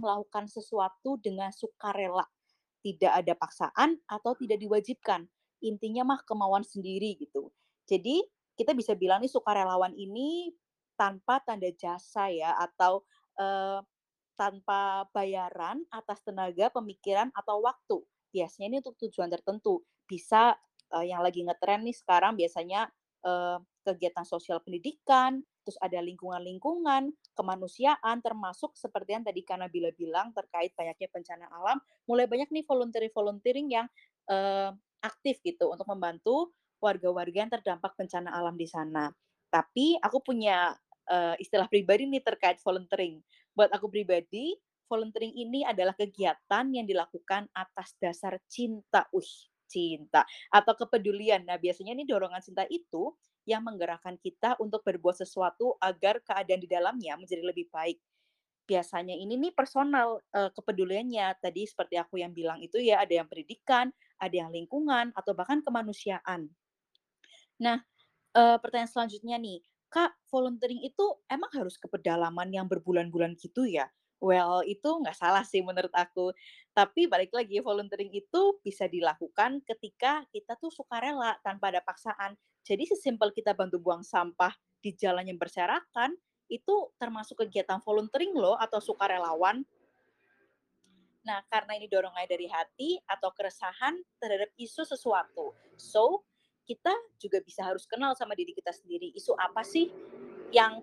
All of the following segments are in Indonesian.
melakukan sesuatu dengan sukarela. Tidak ada paksaan atau tidak diwajibkan. Intinya mah kemauan sendiri gitu. Jadi kita bisa bilang nih sukarelawan ini tanpa tanda jasa ya atau, eee, tanpa bayaran atas tenaga, pemikiran, atau waktu. Biasanya ini untuk tujuan tertentu. Bisa, yang lagi ngetren nih sekarang biasanya, kegiatan sosial pendidikan, terus ada lingkungan-lingkungan, kemanusiaan, termasuk seperti yang tadi Kak Nabila bilang terkait banyaknya bencana alam, mulai banyak nih volunteering yang, aktif gitu untuk membantu warga-warga yang terdampak bencana alam di sana. Tapi aku punya, istilah pribadi nih terkait volunteering. Buat aku pribadi, volunteering ini adalah kegiatan yang dilakukan atas dasar cinta, cinta atau kepedulian. Nah, biasanya nih dorongan cinta itu yang menggerakkan kita untuk berbuat sesuatu agar keadaan di dalamnya menjadi lebih baik. Biasanya ini nih personal, kepeduliannya. Tadi seperti aku yang bilang itu ya, ada yang pendidikan, ada yang lingkungan, atau bahkan kemanusiaan. Nah, pertanyaan selanjutnya nih, Kak, volunteering itu emang harus ke pedalaman yang berbulan-bulan gitu ya? Well, itu nggak salah sih menurut aku. Tapi balik lagi, volunteering itu bisa dilakukan ketika kita tuh sukarela tanpa ada paksaan. Jadi sesimpel kita bantu buang sampah di jalan yang berserakan, itu termasuk kegiatan volunteering loh atau sukarelawan. Nah, karena ini dorongannya dari hati atau keresahan terhadap isu sesuatu. So, kita juga bisa harus kenal sama diri kita sendiri. Yang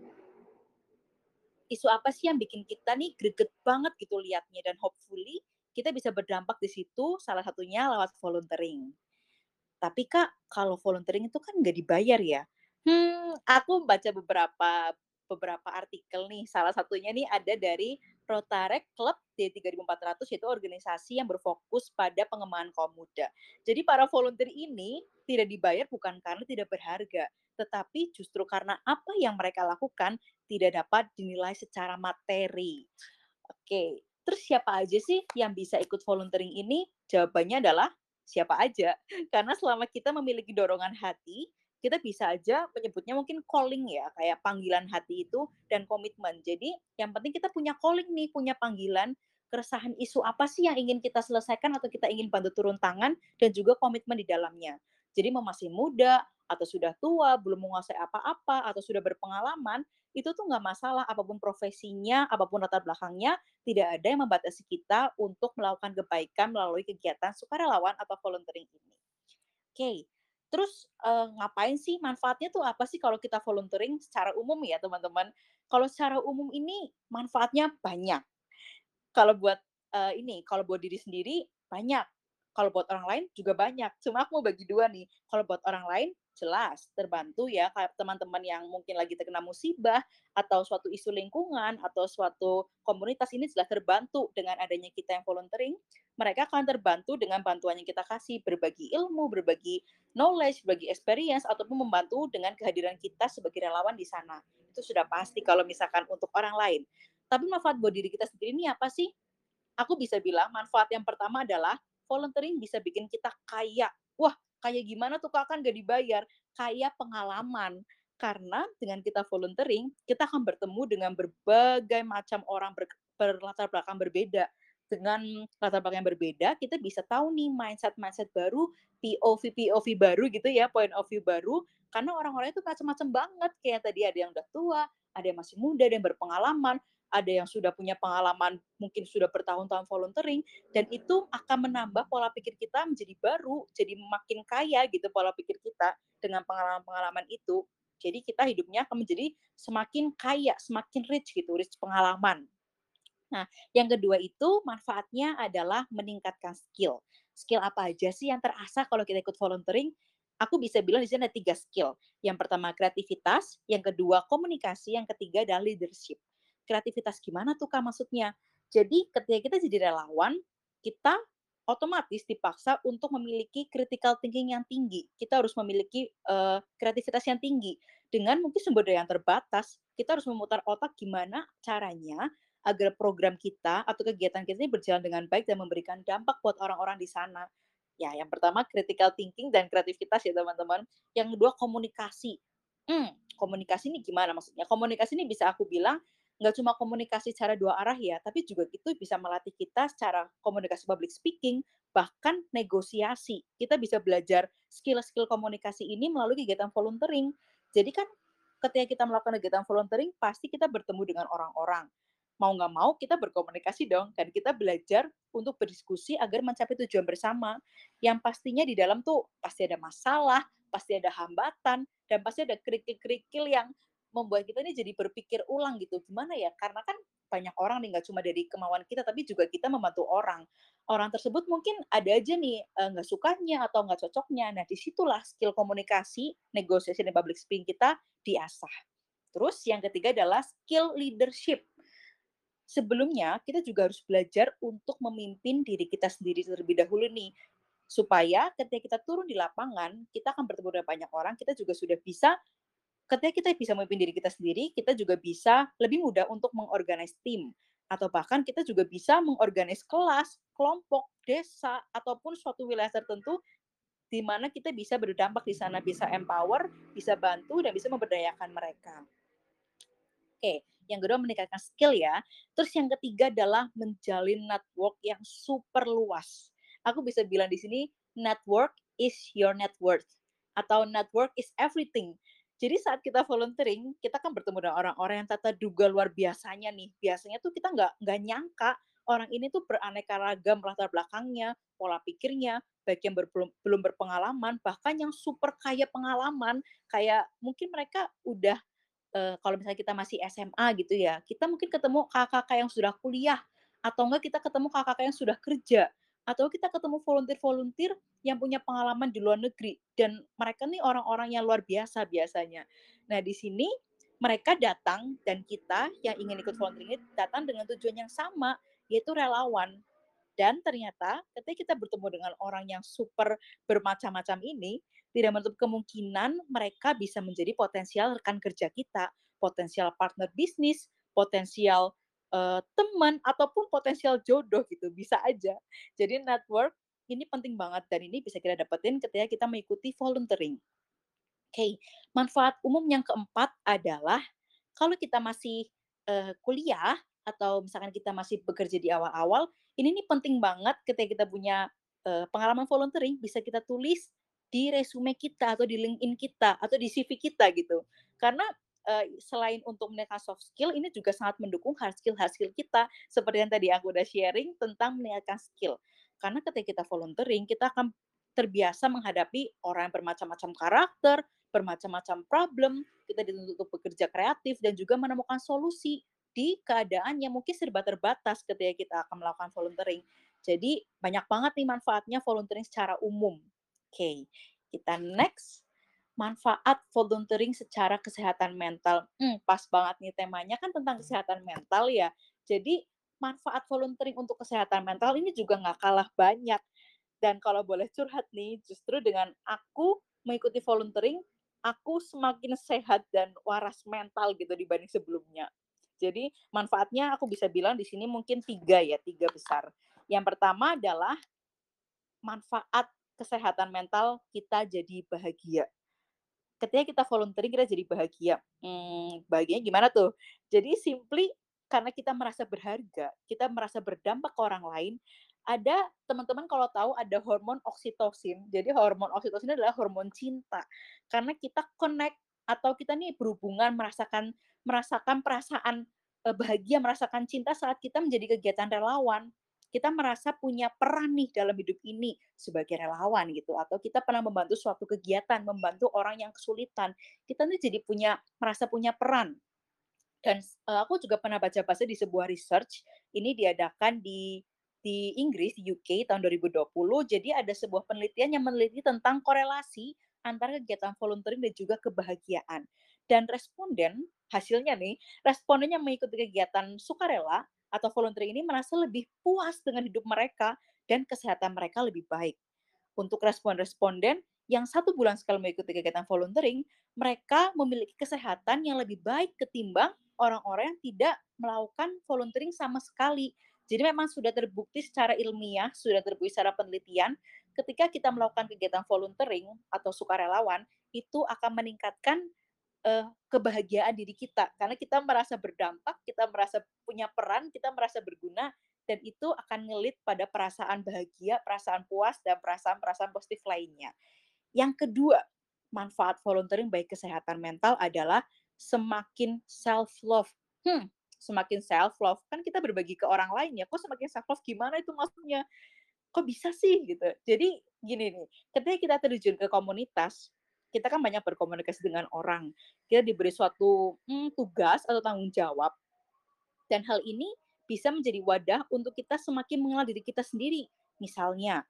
isu apa sih yang bikin kita nih greget banget gitu liatnya dan hopefully kita bisa berdampak di situ salah satunya lewat volunteering. Tapi Kak, kalau volunteering itu kan nggak dibayar ya. Aku baca beberapa artikel nih, salah satunya nih ada dari Rotaract Club D3400, yaitu organisasi yang berfokus pada pengembangan kaum muda. Jadi para volunteer ini tidak dibayar bukan karena tidak berharga, tetapi justru karena apa yang mereka lakukan tidak dapat dinilai secara materi. Oke, terus siapa aja sih yang bisa ikut volunteering ini? Jawabannya adalah siapa aja. Karena selama kita memiliki dorongan hati, kita bisa aja menyebutnya mungkin calling ya, kayak panggilan hati itu dan komitmen. Jadi yang penting kita punya calling nih, punya panggilan, keresahan isu apa sih yang ingin kita selesaikan atau kita ingin bantu turun tangan dan juga komitmen di dalamnya. Jadi mau masih muda atau sudah tua, belum menguasai apa-apa atau sudah berpengalaman, itu tuh nggak masalah apapun profesinya, apapun latar belakangnya, tidak ada yang membatasi kita untuk melakukan kebaikan melalui kegiatan sukarelawan atau volunteering ini. Oke, terus, ngapain sih, manfaatnya tuh apa sih kalau kita volunteering secara umum ya teman-teman? Kalau secara umum ini manfaatnya banyak. Kalau buat diri sendiri banyak, kalau buat orang lain juga banyak. Cuma aku mau bagi 2 nih, kalau buat orang lain jelas terbantu ya, kayak teman-teman yang mungkin lagi terkena musibah, atau suatu isu lingkungan, atau suatu komunitas ini jelas terbantu dengan adanya kita yang volunteering, mereka akan terbantu dengan bantuan yang kita kasih, berbagi ilmu, berbagi knowledge, berbagi experience, ataupun membantu dengan kehadiran kita sebagai relawan di sana. Itu sudah pasti kalau misalkan untuk orang lain. Tapi manfaat buat diri kita sendiri ini apa sih? Aku bisa bilang manfaat yang pertama adalah volunteering bisa bikin kita kaya. Wah, kaya gimana tuh Kak, kan nggak dibayar. Kaya pengalaman. Karena dengan kita volunteering, kita akan bertemu dengan berbagai macam orang berlatar belakang berbeda. Dengan latar belakang yang berbeda, kita bisa tahu nih mindset-mindset baru, POV baru gitu ya, point of view baru. Karena orang-orangnya itu macam-macam banget. Kayak tadi ada yang udah tua, ada yang masih muda, ada yang berpengalaman, ada yang sudah punya pengalaman mungkin sudah bertahun-tahun volunteering dan itu akan menambah pola pikir kita menjadi baru, jadi makin kaya gitu pola pikir kita dengan pengalaman-pengalaman itu. Jadi kita hidupnya akan menjadi semakin kaya, semakin rich pengalaman. Nah, yang kedua itu manfaatnya adalah meningkatkan skill. Skill apa aja sih yang terasah kalau kita ikut volunteering? Aku bisa bilang di sini ada 3 skill. Yang pertama kreativitas, yang kedua komunikasi, yang ketiga adalah leadership. Kreativitas gimana tuh Kak maksudnya? Jadi ketika kita jadi relawan, kita otomatis dipaksa untuk memiliki critical thinking yang tinggi. Kita harus memiliki, kreativitas yang tinggi. Dengan mungkin sumber daya yang terbatas, kita harus memutar otak gimana caranya agar program kita atau kegiatan kita ini berjalan dengan baik dan memberikan dampak buat orang-orang di sana. Ya, yang pertama critical thinking dan kreativitas ya teman-teman. Yang kedua komunikasi. Komunikasi ini gimana maksudnya? Komunikasi ini bisa aku bilang nggak cuma komunikasi secara dua arah ya, tapi juga itu bisa melatih kita secara komunikasi public speaking, bahkan negosiasi. Kita bisa belajar skill-skill komunikasi ini melalui kegiatan volunteering. Jadi kan ketika kita melakukan kegiatan volunteering, pasti kita bertemu dengan orang-orang. Mau nggak mau kita berkomunikasi dong, dan kita belajar untuk berdiskusi agar mencapai tujuan bersama. Yang pastinya di dalam tuh pasti ada masalah, pasti ada hambatan, dan pasti ada kerikil-kerikil yang membuat kita ini jadi berpikir ulang gitu, gimana ya, karena kan banyak orang nih, nggak cuma dari kemauan kita, tapi juga kita membantu orang. Orang tersebut mungkin ada aja nih, nggak sukanya atau nggak cocoknya. Nah, disitulah skill komunikasi, negosiasi, dan public speaking kita diasah. Terus yang ketiga adalah skill leadership. Sebelumnya, kita juga harus belajar untuk memimpin diri kita sendiri terlebih dahulu nih, supaya ketika kita turun di lapangan, kita akan bertemu dengan banyak orang, kita juga sudah bisa ketika kita bisa memimpin diri kita sendiri, kita juga bisa lebih mudah untuk mengorganize tim, atau bahkan kita juga bisa mengorganize kelas, kelompok, desa, ataupun suatu wilayah tertentu di mana kita bisa berdampak di sana, bisa empower, bisa bantu, dan bisa memberdayakan mereka. Oke, yang kedua meningkatkan skill ya. Terus yang ketiga adalah menjalin network yang super luas. Aku bisa bilang di sini, network is your net worth, atau network is everything. Jadi saat kita volunteering, kita kan bertemu dengan orang-orang yang tak terduga luar biasanya nih. Biasanya tuh kita nggak nyangka orang ini tuh beraneka ragam latar belakangnya, pola pikirnya, baik yang belum berpengalaman, bahkan yang super kaya pengalaman, kayak mungkin mereka udah kalau misalnya kita masih SMA gitu ya, kita mungkin ketemu kakak-kakak yang sudah kuliah, atau enggak kita ketemu kakak-kakak yang sudah kerja, atau kita ketemu volunteer-volunteer yang punya pengalaman di luar negeri, dan mereka nih orang-orang yang luar biasa biasanya. Nah, di sini mereka datang dan kita yang ingin ikut volunteer ini datang dengan tujuan yang sama, yaitu relawan. Dan ternyata ketika kita bertemu dengan orang yang super bermacam-macam ini, tidak menutup kemungkinan mereka bisa menjadi potensial rekan kerja kita, potensial partner bisnis, potensial teman, ataupun potensial jodoh gitu, bisa aja. Jadi network ini penting banget dan ini bisa kita dapetin ketika kita mengikuti volunteering. Oke, manfaat umum yang keempat adalah kalau kita masih, kuliah atau misalkan kita masih bekerja di awal-awal, ini nih penting banget ketika kita punya, pengalaman volunteering bisa kita tulis di resume kita atau di LinkedIn kita atau di CV kita gitu. Karena, selain untuk meningkatkan soft skill, ini juga sangat mendukung hard skill kita, seperti yang tadi aku udah sharing tentang meningkatkan skill. Karena ketika kita volunteering, kita akan terbiasa menghadapi orang yang bermacam-macam karakter, bermacam-macam problem, kita dituntut untuk bekerja kreatif dan juga menemukan solusi di keadaan yang mungkin serba terbatas ketika kita akan melakukan volunteering. Jadi banyak banget nih manfaatnya volunteering secara umum. Oke, kita next. Manfaat volunteering secara kesehatan mental. Pas banget nih temanya kan tentang kesehatan mental ya. Jadi manfaat volunteering untuk kesehatan mental ini juga nggak kalah banyak. Dan kalau boleh curhat nih, justru dengan aku mengikuti volunteering, aku semakin sehat dan waras mental gitu dibanding sebelumnya. Jadi manfaatnya aku bisa bilang di sini mungkin 3 ya, 3 besar. Yang pertama adalah manfaat kesehatan mental kita jadi bahagia. Ketika kita volunteering kita jadi bahagia. Bahagianya gimana tuh? Jadi simply karena kita merasa berharga, kita merasa berdampak ke orang lain, ada teman-teman kalau tahu ada hormon oksitosin. Jadi hormon oksitosin adalah hormon cinta. Karena kita connect atau kita nih berhubungan merasakan merasakan perasaan, bahagia, merasakan cinta saat kita menjadi kegiatan relawan. Kita merasa punya peran nih dalam hidup ini sebagai relawan gitu, atau kita pernah membantu suatu kegiatan, membantu orang yang kesulitan. Kita nih jadi merasa punya peran. Dan, aku juga pernah baca-baca di sebuah research, ini diadakan di Inggris, di UK tahun 2020. Jadi ada sebuah penelitian yang meneliti tentang korelasi antara kegiatan volunteering dan juga kebahagiaan. Dan hasilnya nih, responden yang mengikuti kegiatan sukarela atau volunteering ini merasa lebih puas dengan hidup mereka dan kesehatan mereka lebih baik. Untuk responden yang 1 bulan sekali mengikuti kegiatan volunteering, mereka memiliki kesehatan yang lebih baik ketimbang orang-orang yang tidak melakukan volunteering sama sekali. Jadi memang sudah terbukti secara ilmiah, sudah terbukti secara penelitian, ketika kita melakukan kegiatan volunteering atau sukarelawan, itu akan meningkatkan kebahagiaan diri kita, karena kita merasa berdampak, kita merasa punya peran, kita merasa berguna, dan itu akan ngelit pada perasaan bahagia, perasaan puas, dan perasaan-perasaan positif lainnya. Yang kedua, manfaat volunteering bagi kesehatan mental adalah semakin self love. Semakin self love kan kita berbagi ke orang lain ya. Kok semakin self love gimana itu maksudnya? Kok bisa sih gitu. Jadi gini nih, ketika kita terjun ke komunitas, kita kan banyak berkomunikasi dengan orang. Kita diberi suatu tugas atau tanggung jawab dan hal ini bisa menjadi wadah untuk kita semakin mengenal diri kita sendiri. Misalnya,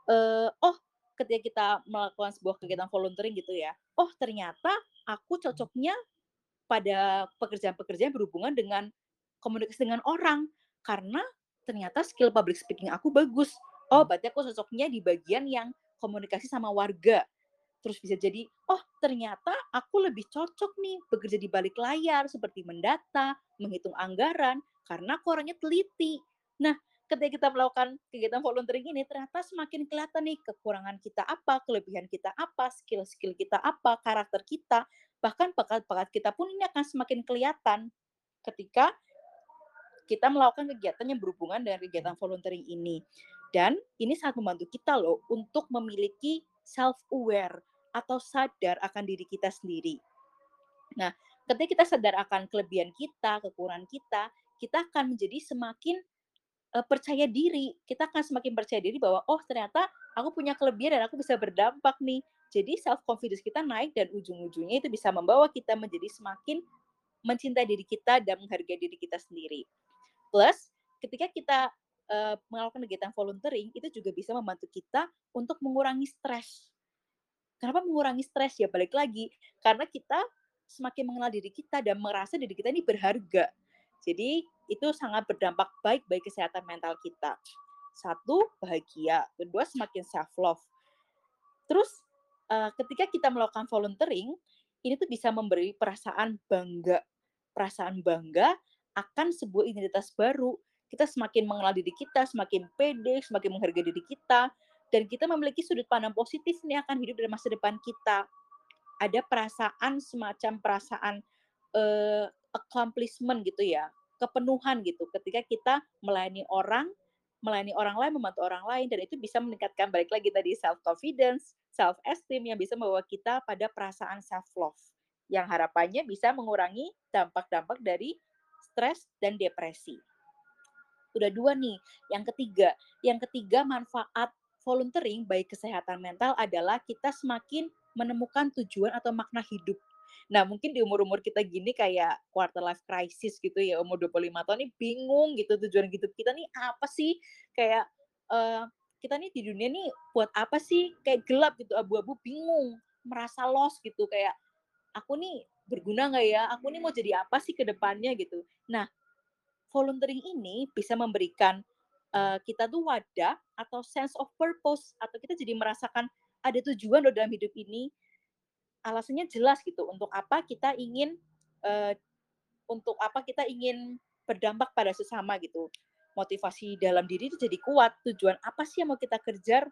oh ketika kita melakukan sebuah kegiatan volunteering gitu ya, oh ternyata aku cocoknya pada pekerjaan-pekerjaan yang berhubungan dengan komunikasi dengan orang, karena ternyata skill public speaking aku bagus. Oh berarti aku cocoknya di bagian yang komunikasi sama warga. Terus bisa jadi, oh ternyata aku lebih cocok nih bekerja di balik layar seperti mendata, menghitung anggaran, karena aku orangnya teliti. Nah, ketika kita melakukan kegiatan volunteering ini, ternyata semakin kelihatan nih kekurangan kita apa, kelebihan kita apa, skill-skill kita apa, karakter kita, bahkan bakat-bakat kita pun ini akan semakin kelihatan ketika kita melakukan kegiatan yang berhubungan dengan kegiatan volunteering ini. Dan ini sangat membantu kita loh untuk memiliki self-aware atau sadar akan diri kita sendiri. Nah, ketika kita sadar akan kelebihan kita, kekurangan kita akan menjadi semakin percaya diri. Kita akan semakin percaya diri bahwa, oh ternyata aku punya kelebihan dan aku bisa berdampak nih. Jadi self confidence kita naik dan ujung-ujungnya itu bisa membawa kita menjadi semakin mencintai diri kita dan menghargai diri kita sendiri. Plus, ketika kita melakukan kegiatan volunteering, itu juga bisa membantu kita untuk mengurangi stres. Kenapa mengurangi stres? Ya balik lagi, karena kita semakin mengenal diri kita dan merasa diri kita ini berharga. Jadi itu sangat berdampak baik bagi kesehatan mental kita. Satu, bahagia. Kedua, semakin self love. Terus ketika kita melakukan volunteering, ini tuh bisa memberi perasaan bangga. Perasaan bangga akan sebuah identitas baru. Kita semakin mengenal diri kita, semakin pede, semakin menghargai diri kita, dan kita memiliki sudut pandang positif nih akan hidup dan masa depan kita. Ada perasaan semacam perasaan accomplishment gitu ya, kepenuhan gitu ketika kita melayani orang lain, membantu orang lain, dan itu bisa meningkatkan balik lagi tadi self confidence, self esteem yang bisa membawa kita pada perasaan self love yang harapannya bisa mengurangi dampak-dampak dari stres dan depresi. Udah dua nih. Yang ketiga manfaat volunteering baik kesehatan mental adalah kita semakin menemukan tujuan atau makna hidup. Nah, mungkin di umur-umur kita gini kayak quarter life crisis gitu ya, umur 25 tahun nih bingung gitu tujuan hidup kita nih apa sih? Kayak, kita nih di dunia nih buat apa sih? Kayak gelap gitu, abu-abu, bingung, merasa lost gitu, kayak, "Aku nih berguna nggak ya? Aku nih mau jadi apa sih ke depannya?" Gitu. Nah, volunteering ini bisa memberikan, kita tuh wadah atau sense of purpose atau kita jadi merasakan ada tujuan loh dalam hidup ini, alasannya jelas gitu eee, untuk apa kita ingin berdampak pada sesama gitu. Motivasi dalam diri itu jadi kuat, tujuan apa sih yang mau kita kejar.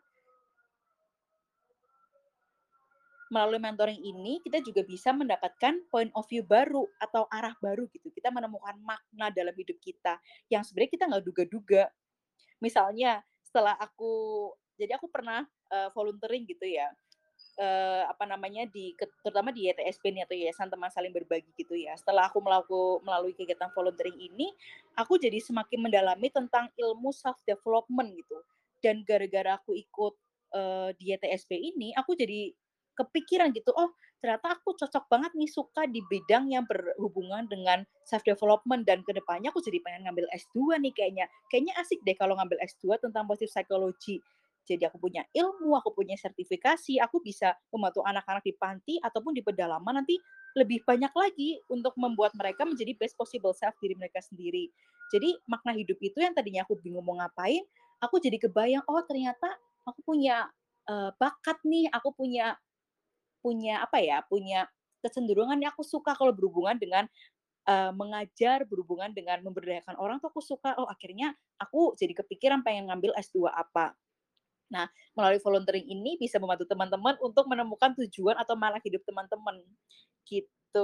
Melalui mentoring ini kita juga bisa mendapatkan point of view baru atau arah baru gitu, kita menemukan makna dalam hidup kita, yang sebenarnya kita nggak duga-duga. Misalnya setelah aku pernah, volunteering gitu ya, apa namanya, terutama di YTSP nih atau Yayasan Teman Saling Berbagi gitu ya. Setelah aku melalui kegiatan volunteering ini, aku jadi semakin mendalami tentang ilmu self development gitu. Dan gara-gara aku ikut, di YTSP ini, aku jadi kepikiran gitu, "Oh ternyata aku cocok banget nih, suka di bidang yang berhubungan dengan self development dan kedepannya aku jadi pengen ngambil S2 nih kayaknya. Kayaknya asik deh kalau ngambil S2 tentang positive psychology." Jadi aku punya ilmu, aku punya sertifikasi, aku bisa membantu anak-anak di panti ataupun di pedalaman nanti lebih banyak lagi untuk membuat mereka menjadi best possible self diri mereka sendiri. Jadi makna hidup itu yang tadinya aku bingung mau ngapain, aku jadi kebayang, oh ternyata aku punya bakat nih, aku punya punya apa ya, punya kecenderungan yang aku suka kalau berhubungan dengan mengajar, berhubungan dengan memberdayakan orang tuh aku suka. Oh akhirnya aku jadi kepikiran pengen ngambil S2 apa. Nah, melalui volunteering ini bisa membantu teman-teman untuk menemukan tujuan atau makna hidup teman-teman, gitu. gitu.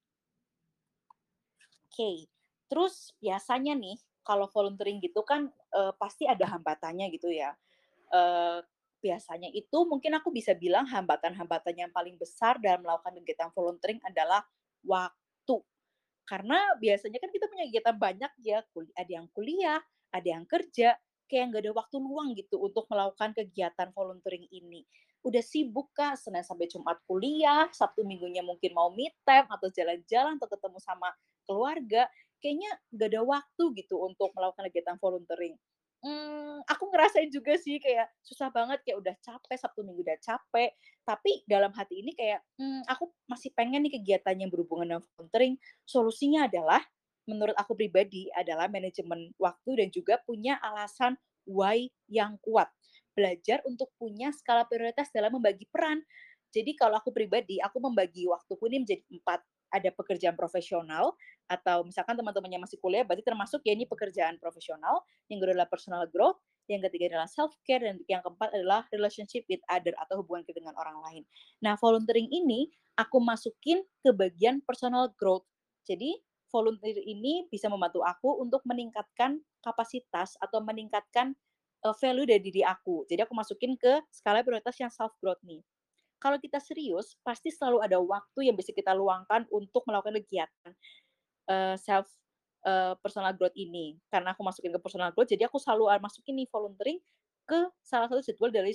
Oke, terus biasanya nih kalau volunteering gitu kan, pasti ada hambatannya gitu ya. Eee, Biasanya itu mungkin aku bisa bilang hambatan-hambatan yang paling besar dalam melakukan kegiatan volunteering adalah waktu. Karena biasanya kan kita punya kegiatan banyak ya, ada yang kuliah, ada yang kerja, kayak nggak ada waktu luang gitu untuk melakukan kegiatan volunteering ini. Udah sibuk Kak, Senin sampai Jumat kuliah, Sabtu Minggunya mungkin mau me time atau jalan-jalan atau ketemu sama keluarga, kayaknya nggak ada waktu gitu untuk melakukan kegiatan volunteering. Aku ngerasain juga sih kayak susah banget, kayak udah capek, Sabtu Minggu udah capek, tapi dalam hati ini kayak, aku masih pengen nih kegiatan yang berhubungan dengan volunteering. Solusinya adalah, menurut aku pribadi, adalah manajemen waktu dan juga punya alasan why yang kuat. Belajar untuk punya skala prioritas dalam membagi peran. Jadi kalau aku pribadi, aku membagi waktuku ini menjadi 4. Ada pekerjaan profesional, atau misalkan teman-temannya masih kuliah, berarti termasuk ya ini pekerjaan profesional, yang kedua adalah personal growth, yang ketiga adalah self care, dan yang keempat adalah relationship with other atau hubungan kita dengan orang lain. Nah, volunteering ini aku masukin ke bagian personal growth. Jadi, volunteer ini bisa membantu aku untuk meningkatkan kapasitas atau meningkatkan value dari diri aku. Jadi aku masukin ke skala prioritas yang self growth nih. Kalau kita serius, pasti selalu ada waktu yang bisa kita luangkan untuk melakukan kegiatan self personal growth ini. Karena aku masukin ke personal growth, jadi aku selalu, masukin nih volunteering ke salah satu jadwal dari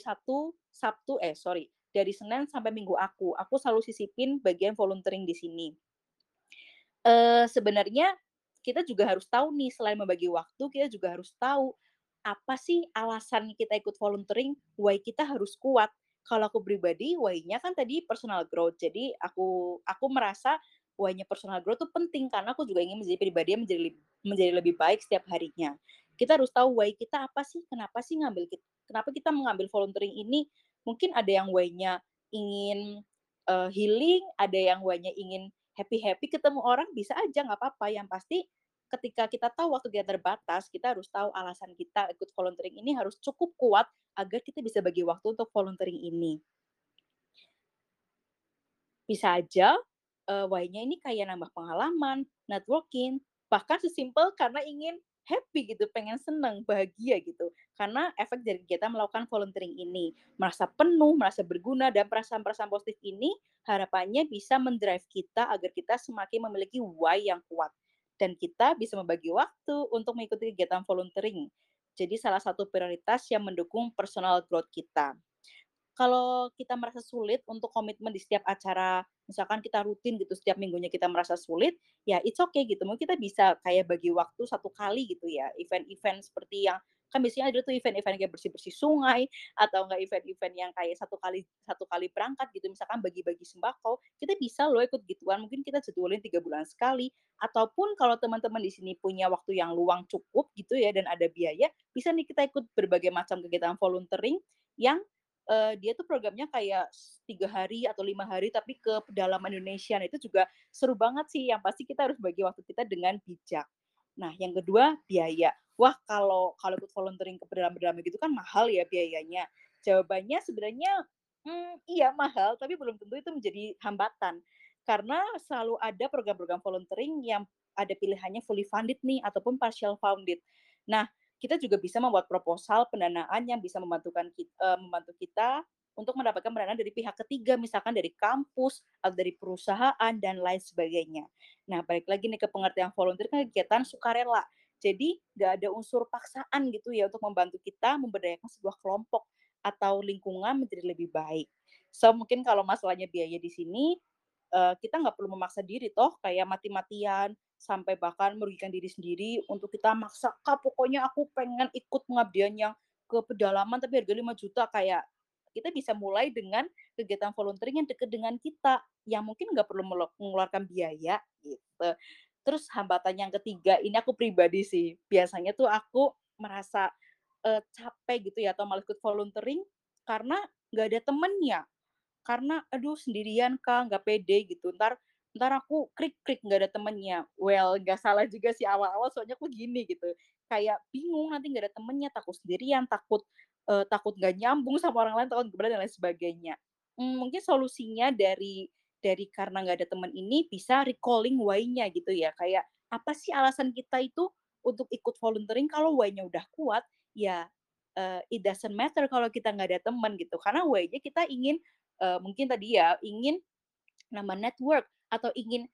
dari Senin sampai Minggu aku. Aku selalu sisipin bagian volunteering di sini. Sebenarnya kita juga harus tahu nih, selain membagi waktu, kita juga harus tahu, apa sih alasan kita ikut volunteering, why kita harus kuat. Kalau aku pribadi, why-nya kan tadi personal growth. Jadi aku merasa why-nya personal growth tuh penting, karena aku juga ingin menjadi pribadi yang menjadi lebih baik setiap harinya. Kita harus tahu why kita apa sih, kenapa kita mengambil volunteering ini. Mungkin ada yang why-nya ingin, healing, ada yang why-nya ingin happy-happy ketemu orang, bisa aja, nggak apa-apa. Yang pasti ketika kita tahu waktu kita terbatas, kita harus tahu alasan kita ikut volunteering ini harus cukup kuat agar kita bisa bagi waktu untuk volunteering ini. Bisa aja, why-nya ini kayak nambah pengalaman, networking, bahkan sesimpel karena ingin happy gitu, pengen seneng, bahagia gitu. Karena efek dari kita melakukan volunteering ini, merasa penuh, merasa berguna, dan perasaan-perasaan positif ini harapannya bisa mendrive kita agar kita semakin memiliki why yang kuat. Dan kita bisa membagi waktu untuk mengikuti kegiatan volunteering. Jadi salah satu prioritas yang mendukung personal growth kita. Kalau kita merasa sulit untuk komitmen di setiap acara, misalkan kita rutin gitu setiap minggunya kita merasa sulit, ya it's okay gitu. Mungkin kita bisa kayak bagi waktu satu kali gitu ya, event-event seperti yang kan biasanya ada tuh event-event kayak bersih-bersih sungai, atau enggak event-event yang kayak satu kali berangkat gitu, misalkan bagi-bagi sembako, kita bisa loh ikut gituan, mungkin kita jadwalin 3 bulan sekali, ataupun kalau teman-teman di sini punya waktu yang luang cukup gitu ya dan ada biaya, bisa nih kita ikut berbagai macam kegiatan volunteering yang dia tuh programnya kayak 3 hari atau 5 hari tapi ke pedalaman Indonesia. Nah, itu juga seru banget sih, yang pasti kita harus bagi waktu kita dengan bijak. Nah, yang kedua, biaya. Wah, kalau kalau ikut volunteering ke pedalaman-pedalaman gitu kan mahal ya biayanya. Jawabannya sebenarnya, iya mahal, tapi belum tentu itu menjadi hambatan. Karena selalu ada program-program volunteering yang ada pilihannya fully funded nih ataupun partial funded. Nah, kita juga bisa membuat proposal pendanaan yang bisa membantu kita untuk mendapatkan pendanaan dari pihak ketiga, misalkan dari kampus atau dari perusahaan dan lain sebagainya. Nah, balik lagi nih ke pengertian volunteer kan kegiatan sukarela. Jadi nggak ada unsur paksaan gitu ya untuk membantu kita memberdayakan sebuah kelompok atau lingkungan menjadi lebih baik. So, mungkin kalau masalahnya biaya di sini, kita nggak perlu memaksa diri toh kayak mati-matian, sampai bahkan merugikan diri sendiri untuk kita maksa, "Kak, pokoknya aku pengen ikut pengabdian yang ke pedalaman tapi harga 5 juta." Kayak kita bisa mulai dengan kegiatan volunteering yang dekat dengan kita, yang mungkin nggak perlu mengeluarkan biaya, gitu. Terus hambatan yang ketiga, ini aku pribadi sih, biasanya tuh aku merasa, capek gitu ya atau malah ikut volunteering karena nggak ada temennya. Karena, aduh sendirian Kak, nggak pede gitu, entar entar aku krik-krik nggak ada temennya. Well, nggak salah juga sih awal-awal soalnya aku gini gitu, kayak bingung nanti nggak ada temennya, takut sendirian, takut nggak nyambung sama orang lain, takut gimana dan lain sebagainya. Mungkin solusinya dari dari karena nggak ada teman ini bisa recalling why-nya gitu ya, kayak apa sih alasan kita itu untuk ikut volunteering kalau why-nya udah kuat, ya, it doesn't matter kalau kita nggak ada teman gitu. Karena why-nya kita ingin, mungkin tadi ya, ingin nambah network atau ingin,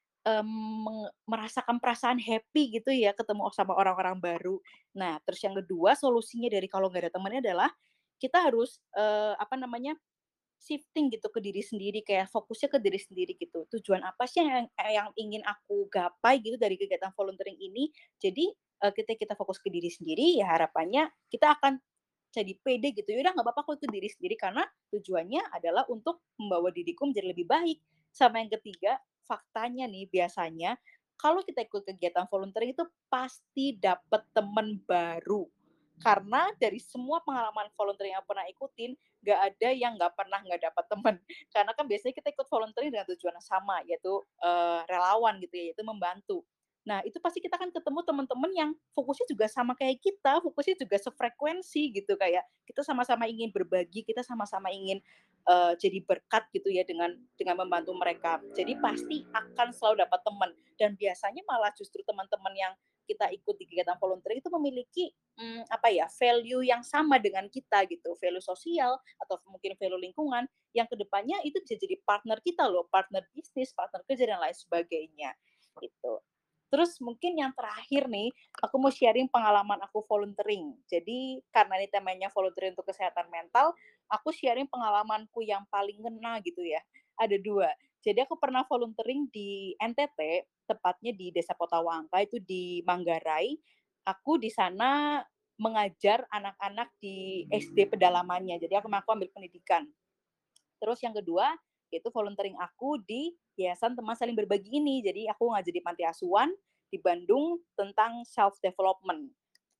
merasakan perasaan happy gitu ya, ketemu sama orang-orang baru. Nah, terus yang kedua solusinya dari kalau nggak ada temannya adalah, kita harus, apa namanya, shifting gitu ke diri sendiri, kayak fokusnya ke diri sendiri gitu. Tujuan apa sih yang ingin aku gapai gitu dari kegiatan volunteering ini. Jadi, ketika kita fokus ke diri sendiri, ya harapannya kita akan jadi pede gitu, ya udah nggak apa-apa aku ikut diri sendiri karena tujuannya adalah untuk membawa diriku menjadi lebih baik. Sama yang ketiga, faktanya nih biasanya kalau kita ikut kegiatan volunteering itu pasti dapet temen baru. Karena dari semua pengalaman volunteering yang pernah ikutin, nggak ada yang nggak pernah nggak dapat temen. Karena kan biasanya kita ikut volunteering dengan tujuan yang sama, yaitu, relawan gitu ya, yaitu membantu. Nah, itu pasti kita kan ketemu teman-teman yang fokusnya juga sama kayak kita, fokusnya juga sefrekuensi gitu, kayak kita sama-sama ingin berbagi, kita sama-sama ingin, jadi berkat gitu ya dengan membantu mereka. Jadi pasti akan selalu dapat teman dan biasanya malah justru teman-teman yang kita ikut di kegiatan volunteering itu memiliki, apa ya, value yang sama dengan kita gitu, value sosial atau mungkin value lingkungan yang kedepannya itu bisa jadi partner kita loh, partner bisnis, partner kerja dan lain sebagainya, gitu. Terus mungkin yang terakhir nih, aku mau sharing pengalaman aku volunteering. Jadi karena ini temanya volunteering untuk kesehatan mental, aku sharing pengalamanku yang paling ngena gitu ya. Ada 2. Jadi aku pernah volunteering di NTT, tepatnya di Desa Potawangka itu di Manggarai. Aku di sana mengajar anak-anak di SD pedalamannya. Jadi aku ambil pendidikan. Terus yang kedua, itu volunteering aku di Yayasan Teman Saling Berbagi ini. Jadi aku ngajar di panti asuhan di Bandung tentang self development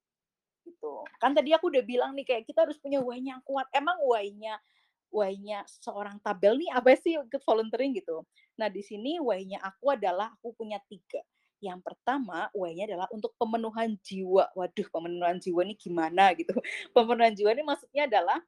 gitu. Kan tadi aku udah bilang nih kayak kita harus punya why-nya yang kuat. Emang why-nya seorang tabel nih apa sih ikut volunteering gitu. Nah di sini why-nya aku adalah aku punya 3. Yang pertama why-nya adalah untuk pemenuhan jiwa. Waduh pemenuhan jiwa nih gimana gitu. Pemenuhan jiwa ini maksudnya adalah,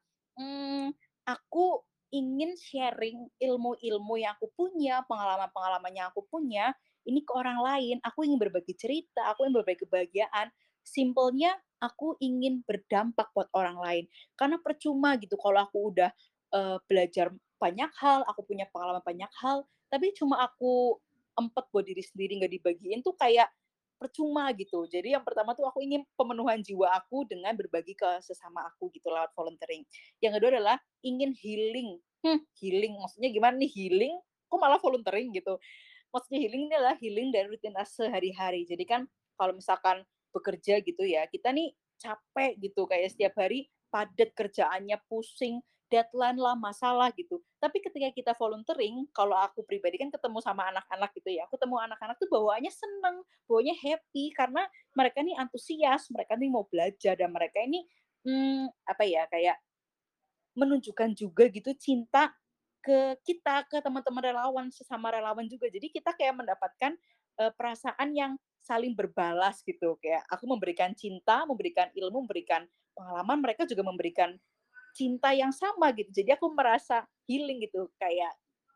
aku ingin sharing ilmu-ilmu yang aku punya, pengalaman-pengalaman yang aku punya, ini ke orang lain. Aku ingin berbagi cerita, aku ingin berbagi kebahagiaan. Simpelnya aku ingin berdampak buat orang lain. Karena percuma gitu kalau aku udah belajar banyak hal, aku punya pengalaman banyak hal, tapi cuma aku empet buat diri sendiri nggak dibagiin tuh kayak percuma gitu. Jadi yang pertama tuh aku ingin pemenuhan jiwa aku dengan berbagi ke sesama aku gitu lewat volunteering. Yang kedua adalah ingin healing. Healing maksudnya gimana nih healing, kok malah volunteering gitu. Maksudnya healing ini adalah healing dari rutinitas sehari-hari. Jadi kan kalau misalkan bekerja gitu ya, kita nih capek gitu kayak setiap hari padat kerjaannya, pusing, deadline lah, masalah gitu. Tapi ketika kita volunteering, kalau aku pribadi kan ketemu sama anak-anak gitu ya, aku ketemu anak-anak tuh bawaannya seneng, bawaannya happy karena mereka nih antusias, mereka nih mau belajar dan mereka ini, apa ya, kayak menunjukkan juga gitu cinta ke kita, ke teman-teman relawan, sesama relawan juga. Jadi kita kayak mendapatkan, perasaan yang saling berbalas gitu, kayak aku memberikan cinta, memberikan ilmu, memberikan pengalaman, mereka juga memberikan cinta yang sama gitu. Jadi aku merasa healing gitu, kayak,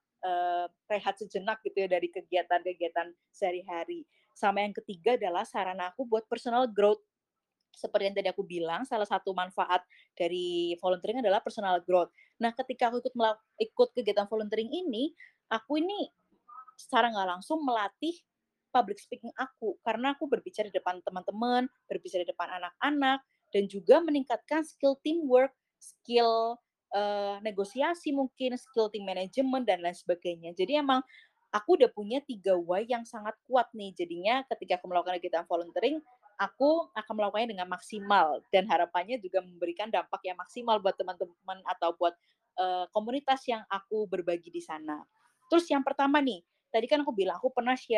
rehat sejenak gitu ya dari kegiatan-kegiatan sehari-hari. Sama yang ketiga adalah sarana aku buat personal growth. Seperti yang tadi aku bilang, salah satu manfaat dari volunteering adalah personal growth. Nah, ketika aku ikut kegiatan volunteering ini, aku ini secara nggak langsung melatih public speaking aku, karena aku berbicara di depan teman-teman, berbicara di depan anak-anak, dan juga meningkatkan skill teamwork, skill, negosiasi mungkin, skill team management, dan lain sebagainya. Jadi emang aku udah punya 3 why yang sangat kuat nih, jadinya ketika aku melakukan kegiatan volunteering, aku akan melakukannya dengan maksimal dan harapannya juga memberikan dampak yang maksimal buat teman-teman atau buat, komunitas yang aku berbagi di sana. Terus yang pertama nih, tadi kan aku bilang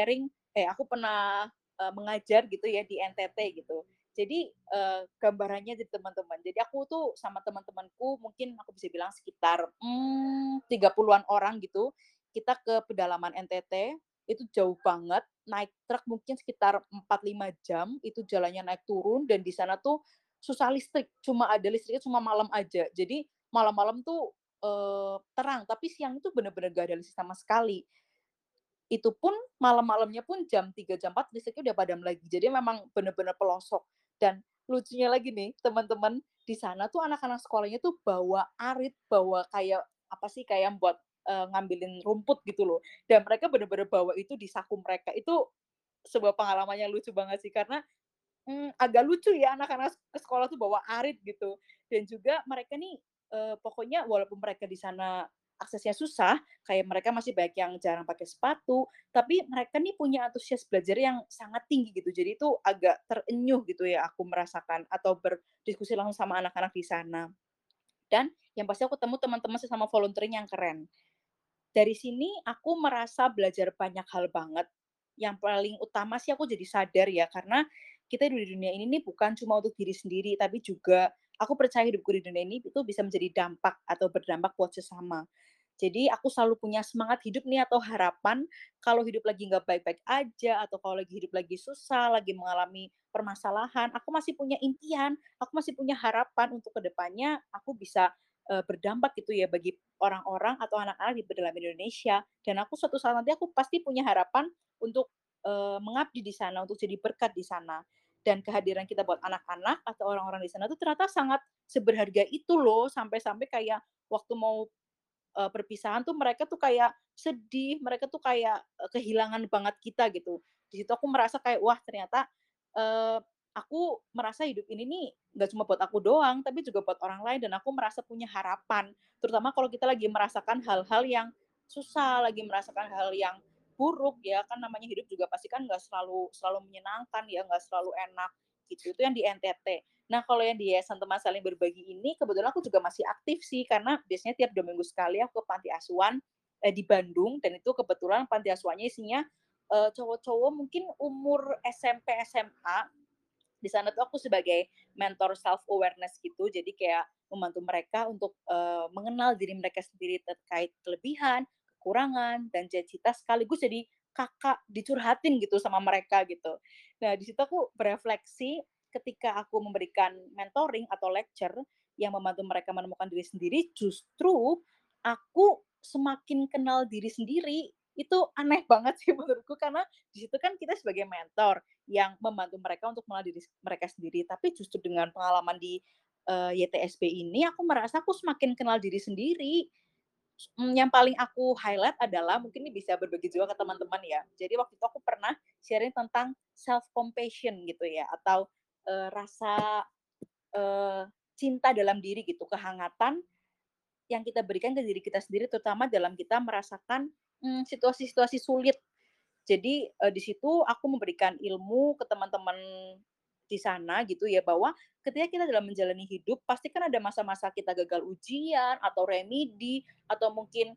aku pernah, mengajar gitu ya di NTT gitu. Jadi, gambarannya di teman-teman, jadi aku tuh sama teman-temanku mungkin aku bisa bilang sekitar, 30-an orang gitu, kita ke pedalaman NTT, itu jauh banget, naik truk mungkin sekitar 4, 5 jam, itu jalannya naik turun dan di sana tuh susah listrik, cuma ada listriknya cuma malam aja. Jadi malam-malam tuh, terang, tapi siang itu bener-bener gak ada listrik sama sekali. itu pun malam-malamnya pun jam 3 jam 4 listriknya udah padam lagi. Jadi memang bener-bener pelosok. Dan lucunya lagi nih, teman-teman, di sana tuh anak-anak sekolahnya tuh bawa arit, bawa kayak apa sih, kayak buat, ngambilin rumput gitu loh. Dan mereka bener-bener bawa itu di saku mereka. Itu sebuah pengalaman yang lucu banget sih, karena agak lucu ya anak-anak ke sekolah tuh bawa arit gitu. Dan juga mereka nih, pokoknya walaupun mereka di sana aksesnya susah, kayak mereka masih banyak yang jarang pakai sepatu, tapi mereka nih punya antusias belajar yang sangat tinggi gitu. Jadi itu agak terenyuh gitu ya aku merasakan atau berdiskusi langsung sama anak-anak di sana. Dan yang pasti aku ketemu teman-teman sesama volunteering yang keren. Dari sini aku merasa belajar banyak hal banget. Yang paling utama sih aku jadi sadar ya, karena kita di dunia ini nih bukan cuma untuk diri sendiri, tapi juga aku percaya hidupku di dunia ini itu bisa menjadi dampak atau berdampak buat sesama. Jadi aku selalu punya semangat hidup nih atau harapan kalau hidup lagi nggak baik-baik aja atau kalau lagi hidup lagi susah, lagi mengalami permasalahan, aku masih punya impian, aku masih punya harapan untuk kedepannya aku bisa berdampak gitu ya bagi orang-orang atau anak-anak di pedalaman Indonesia. Dan aku suatu saat nanti aku pasti punya harapan untuk, mengabdi di sana, untuk jadi berkat di sana. Dan kehadiran kita buat anak-anak atau orang-orang di sana tuh ternyata sangat seberharga itu loh, sampai-sampai kayak waktu mau perpisahan tuh mereka tuh kayak sedih, mereka tuh kayak, kehilangan banget kita gitu. Di situ aku merasa kayak, wah ternyata, eee, aku merasa hidup ini nih nggak cuma buat aku doang, tapi juga buat orang lain dan aku merasa punya harapan. Terutama kalau kita lagi merasakan hal-hal yang susah, lagi merasakan hal yang buruk ya, kan namanya hidup juga pasti kan nggak selalu selalu menyenangkan ya, nggak selalu enak gitu. Itu yang di NTT. Nah, kalau yang di Yayasan Teman Saling Berbagi ini kebetulan aku juga masih aktif sih, karena biasanya tiap 2 minggu sekali aku ke panti asuhan, di Bandung dan itu kebetulan panti asuhannya isinya, cowok-cowok mungkin umur SMP, SMA. Di sana tuh aku sebagai mentor self awareness gitu, jadi kayak membantu mereka untuk, mengenal diri mereka sendiri terkait kelebihan, kekurangan, dan cita-cita sekaligus jadi kakak dicurhatin gitu sama mereka gitu. Nah, di situ aku berefleksi ketika aku memberikan mentoring atau lecture yang membantu mereka menemukan diri sendiri, justru aku semakin kenal diri sendiri. Itu aneh banget sih menurutku karena di situ kan kita sebagai mentor yang membantu mereka untuk mengenal diri mereka sendiri. Tapi justru dengan pengalaman di, YTSB ini aku merasa aku semakin kenal diri sendiri. Yang paling aku highlight adalah mungkin ini bisa berbagi juga ke teman-teman ya. Jadi waktu itu aku pernah sharing tentang self compassion gitu ya atau, rasa, eee, cinta dalam diri gitu, kehangatan yang kita berikan ke diri kita sendiri terutama dalam kita merasakan, situasi-situasi sulit. Jadi, di situ aku memberikan ilmu ke teman-teman di sana gitu ya, bahwa ketika kita dalam menjalani hidup pasti kan ada masa-masa kita gagal ujian atau remedi atau mungkin,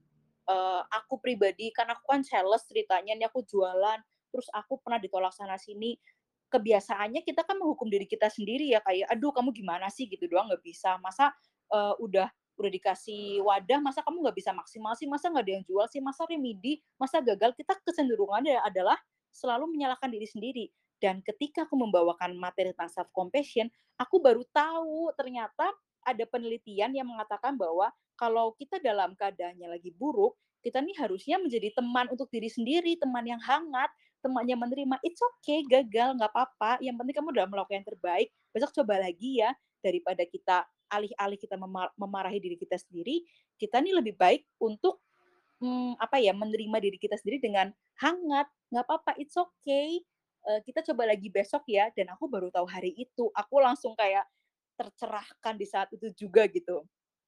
aku pribadi kan aku kan sales ceritanya nih aku jualan, terus aku pernah ditolak sana sini. Kebiasaannya kita kan menghukum diri kita sendiri ya, kayak, "Aduh kamu gimana sih gitu doang nggak bisa, masa, udah dikasih wadah masa kamu nggak bisa maksimal sih, masa nggak ada yang jual sih, masa remedi, masa gagal." Kita kecenderungannya adalah selalu menyalahkan diri sendiri. Dan ketika aku membawakan materi tentang self compassion, aku baru tahu ternyata ada penelitian yang mengatakan bahwa kalau kita dalam keadaannya lagi buruk, kita nih harusnya menjadi teman untuk diri sendiri, teman yang hangat, teman yang menerima, "It's okay, gagal, nggak apa-apa, yang penting kamu udah melakukan yang terbaik, besok coba lagi ya." Daripada kita alih-alih kita memarahi diri kita sendiri, kita nih lebih baik untuk, apa ya, menerima diri kita sendiri dengan hangat, "Nggak apa-apa, it's okay, kita coba lagi besok ya." Dan aku baru tahu hari itu, aku langsung kayak tercerahkan di saat itu juga gitu.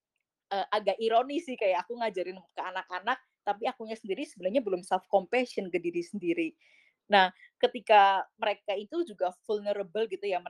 Agak ironis sih kayak aku ngajarin ke anak-anak, tapi akunya sendiri sebenarnya belum self compassion ke diri sendiri. Nah, ketika mereka itu juga vulnerable gitu ya,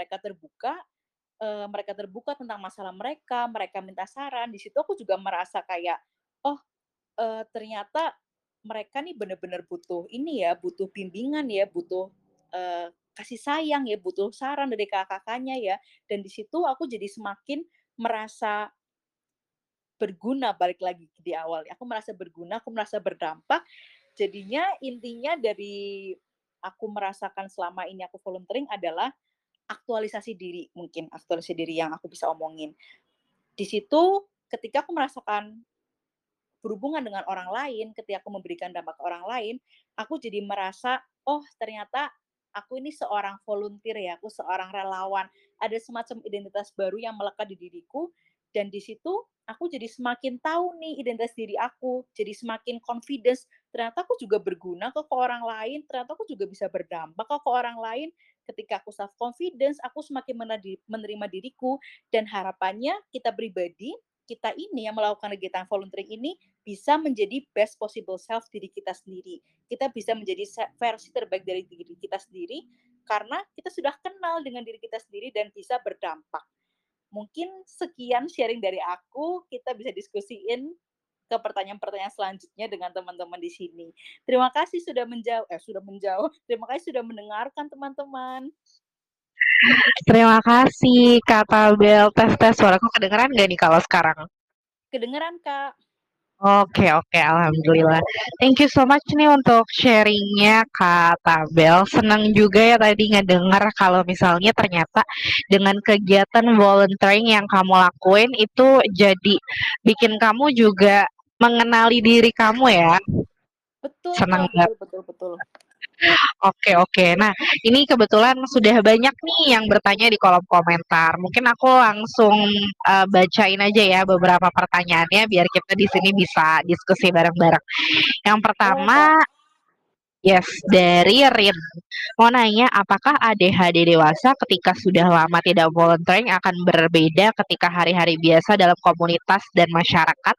mereka terbuka tentang masalah mereka, mereka minta saran, di situ aku juga merasa kayak, oh, ternyata mereka nih bener-bener butuh ini ya, butuh bimbingan ya, butuh, kasih sayang ya, butuh saran dari kakak-kakaknya ya, dan di situ aku jadi semakin merasa berguna balik lagi di awal, aku merasa berguna, aku merasa berdampak, jadinya intinya dari aku merasakan selama ini aku volunteering adalah aktualisasi diri mungkin, aktualisasi diri yang aku bisa omongin. Di situ ketika aku merasakan berhubungan dengan orang lain, ketika aku memberikan dampak ke orang lain, aku jadi merasa, "Oh, ternyata aku ini seorang volunteer ya, aku seorang relawan." Ada semacam identitas baru yang melekat di diriku dan di situ aku jadi semakin tahu nih identitas diri aku, jadi semakin confidence, ternyata aku juga berguna kok ke orang lain, ternyata aku juga bisa berdampak kok ke orang lain. Ketika aku self confidence, aku semakin menerima diriku dan harapannya kita pribadi, kita ini yang melakukan kegiatan volunteering ini bisa menjadi best possible self diri kita sendiri. Kita bisa menjadi versi terbaik dari diri kita sendiri karena kita sudah kenal dengan diri kita sendiri dan bisa berdampak. Mungkin sekian sharing dari aku, kita bisa diskusiin ke pertanyaan-pertanyaan selanjutnya dengan teman-teman di sini. Terima kasih sudah menjawab, terima kasih sudah mendengarkan teman-teman. Terima kasih Kak Tabel. Tes-tes suaraku kedengeran nggak nih kalau sekarang? Kedengeran, Kak. Oke, oke, alhamdulillah. Thank you so much nih untuk sharingnya Kak Tabel. Senang juga ya tadi ngedengar kalau misalnya ternyata dengan kegiatan volunteering yang kamu lakuin itu jadi bikin kamu juga mengenali diri kamu ya. Betul, Senang Kak, banget. betul betul betul. Oke, oke. Nah, ini kebetulan sudah banyak nih yang bertanya di kolom komentar. Mungkin aku langsung bacain aja ya beberapa pertanyaannya biar kita di sini bisa diskusi bareng-bareng. Yang Boleh, Kak. pertama, yes, dari Rin. Mau nanya, apakah ADHD dewasa ketika sudah lama tidak volunteering akan berbeda ketika hari-hari biasa dalam komunitas dan masyarakat?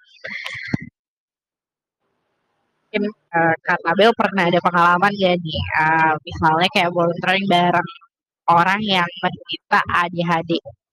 Mungkin Kak Tabel pernah ada pengalaman ya nih, misalnya kayak volunteering bareng orang yang menderita ADHD.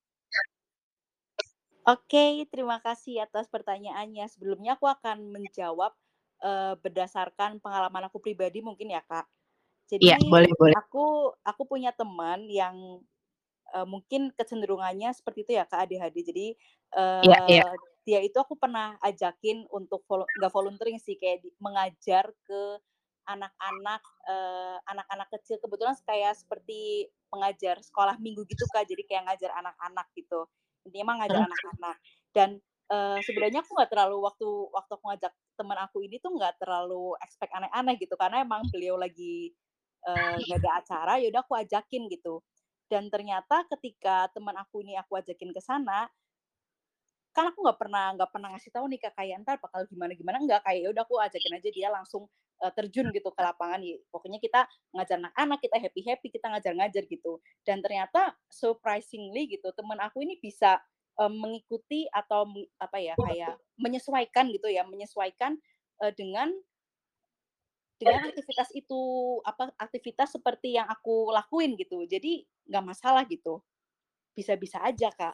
Oke, terima kasih atas pertanyaannya. Sebelumnya aku akan menjawab, berdasarkan pengalaman aku pribadi mungkin ya, Kak. Iya, Jadi boleh boleh. aku punya teman yang mungkin kecenderungannya seperti itu ya, Kak, ADHD. Jadi, Iya iya. dia itu aku pernah ajakin untuk nggak volunteering sih, kayak mengajar ke anak-anak, anak-anak kecil. Kebetulan kayak seperti pengajar sekolah minggu gitu, Kak, jadi kayak ngajar anak-anak gitu. Intinya mah ngajar anak-anak. Dan, sebenarnya aku nggak terlalu waktu waktu aku ngajak teman aku ini tuh nggak terlalu expect aneh-aneh gitu, karena emang beliau lagi, nggak ada acara, ya udah aku ajakin gitu. Dan ternyata ketika teman aku ini aku ajakin ke sana, kan aku nggak pernah ngasih tahu nih Kak, kayak entar bakal gimana-gimana, enggak, kayak ya udah aku ajakin aja dia langsung, terjun gitu ke lapangan, pokoknya kita ngajar anak-anak, kita happy-happy, kita ngajar-ngajar gitu. Dan ternyata surprisingly gitu, teman aku ini bisa, mengikuti atau apa ya, kayak menyesuaikan gitu ya, menyesuaikan, dengan aktivitas itu, apa, aktivitas seperti yang aku lakuin gitu. Jadi nggak masalah gitu. Bisa-bisa aja, Kak.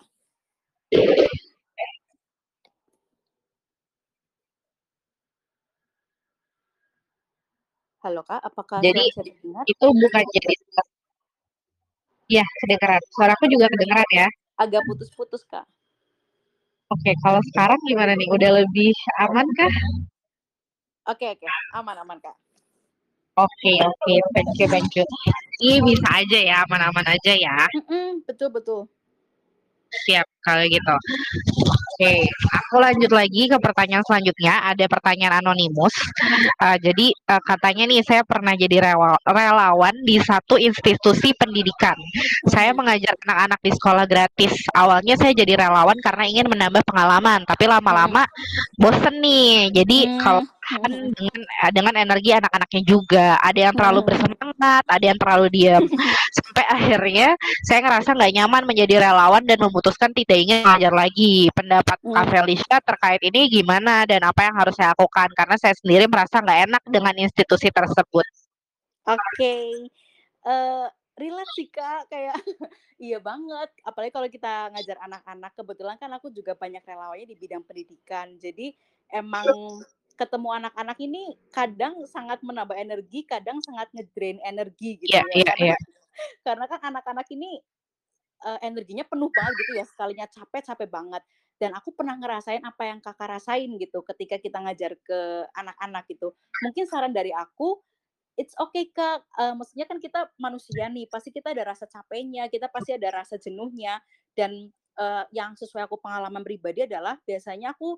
Halo, Kak, apakah Jadi suara saya didengar? itu bukan jadi ya kedengeran. Suaraku juga kedengeran ya. Agak putus-putus, Kak. Oke, kalau sekarang gimana nih? Udah lebih aman kah? Oke oke, aman aman, Kak. Oke, oke, thank you, thank you. Ini bisa aja ya, aman-aman aja ya. Mhm, betul betul. Siap, kalau gitu. Oke, aku lanjut lagi ke pertanyaan selanjutnya. Ada pertanyaan anonimus. Jadi katanya nih saya pernah jadi relawan di satu institusi pendidikan. Saya Mhm, mengajar anak-anak di sekolah gratis. Awalnya saya jadi relawan karena ingin menambah pengalaman, tapi mhm. lama-lama bosen nih. Jadi kalau Mmm, mhm dengan energi anak-anaknya juga, ada yang terlalu mhm bersemangat, ada yang terlalu diam. Sampai akhirnya saya ngerasa nggak nyaman menjadi relawan dan memutuskan tidak ingin belajar lagi. Pendapat Kak mhm. Felicia terkait ini gimana dan apa yang harus saya lakukan? Karena saya sendiri merasa nggak enak dengan institusi tersebut. Oke, eee, relate sih, Kak, kayak iya banget, apalagi kalau kita ngajar anak-anak, kebetulan kan aku juga banyak relawannya di bidang pendidikan. Jadi emang ketemu anak-anak ini kadang sangat menambah energi, kadang sangat nge-drain energi gitu Iya, ya. iya, Karena iya. karena kan anak-anak ini energinya penuh banget gitu ya, sekalinya capek, capek banget. Dan aku pernah ngerasain apa yang Kakak rasain gitu ketika kita ngajar ke anak-anak gitu. Mungkin saran dari aku, it's okay Kak, maksudnya kan kita manusia nih, pasti kita ada rasa capeknya, kita pasti ada rasa jenuhnya, dan, yang sesuai aku pengalaman pribadi adalah biasanya aku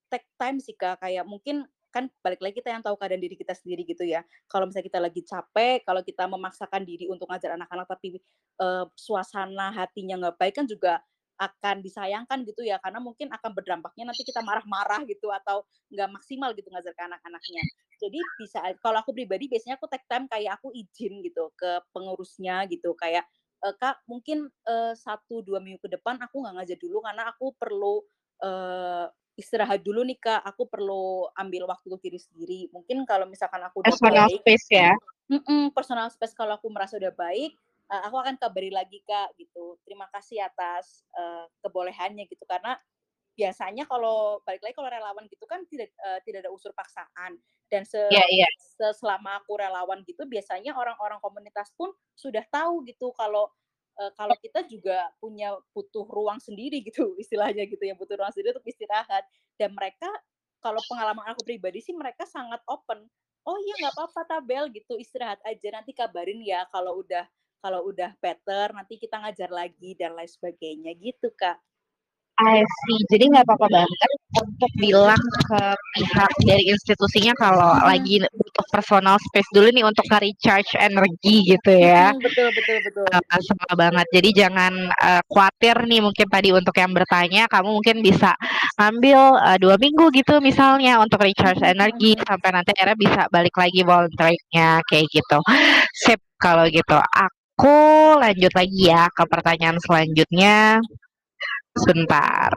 take time sih Kak, kayak mungkin kan balik lagi kita yang tahu keadaan diri kita sendiri gitu ya. Kalau misalnya kita lagi capek, kalau kita memaksakan diri untuk ngajar anak-anak tapi, suasana hatinya nggak baik kan juga akan disayangkan gitu ya, karena mungkin akan berdampaknya nanti kita marah-marah gitu atau nggak maksimal gitu ngajar ke anak-anaknya. Jadi bisa kalau aku pribadi biasanya aku take time kayak aku izin gitu ke pengurusnya gitu, kayak, "Kak mungkin, 1, 2 minggu ke depan aku nggak ngajar dulu karena aku perlu, eee, istirahat dulu nih Kak, aku perlu ambil waktu untuk diri sendiri. Mungkin kalau misalkan aku udah Personal baik." space ya? Personal space kalau aku merasa udah baik, aku akan kabari lagi, Kak, gitu. Terima kasih atas, kebolehannya gitu, karena biasanya kalau balik lagi kalau relawan gitu kan tidak ada unsur paksaan dan Iya iya. selama aku relawan gitu biasanya orang-orang komunitas pun sudah tahu gitu kalau kita juga butuh ruang sendiri gitu istilahnya gitu ya, butuh ruang sendiri untuk istirahat dan mereka kalau pengalaman aku pribadi sih mereka sangat open, "Oh iya nggak apa-apa Tabel," gitu, "istirahat aja nanti kabarin ya kalau udah better nanti kita ngajar lagi," dan lain sebagainya gitu, Kak. I see. Jadi nggak apa-apa banget untuk bilang ke pihak dari institusinya kalau Mhm. lagi butuh personal space dulu nih untuk nge-recharge energi gitu ya. Betul betul betul. Sama banget. Jadi jangan khawatir nih mungkin tadi untuk yang bertanya, kamu mungkin bisa ambil 2 minggu gitu misalnya untuk recharge Mhm mhm energi mhm. sampai nanti akhirnya bisa balik lagi volunteeringnya kayak gitu. Sip kalau gitu. Aku lanjut lagi ya ke pertanyaan selanjutnya. Sebentar.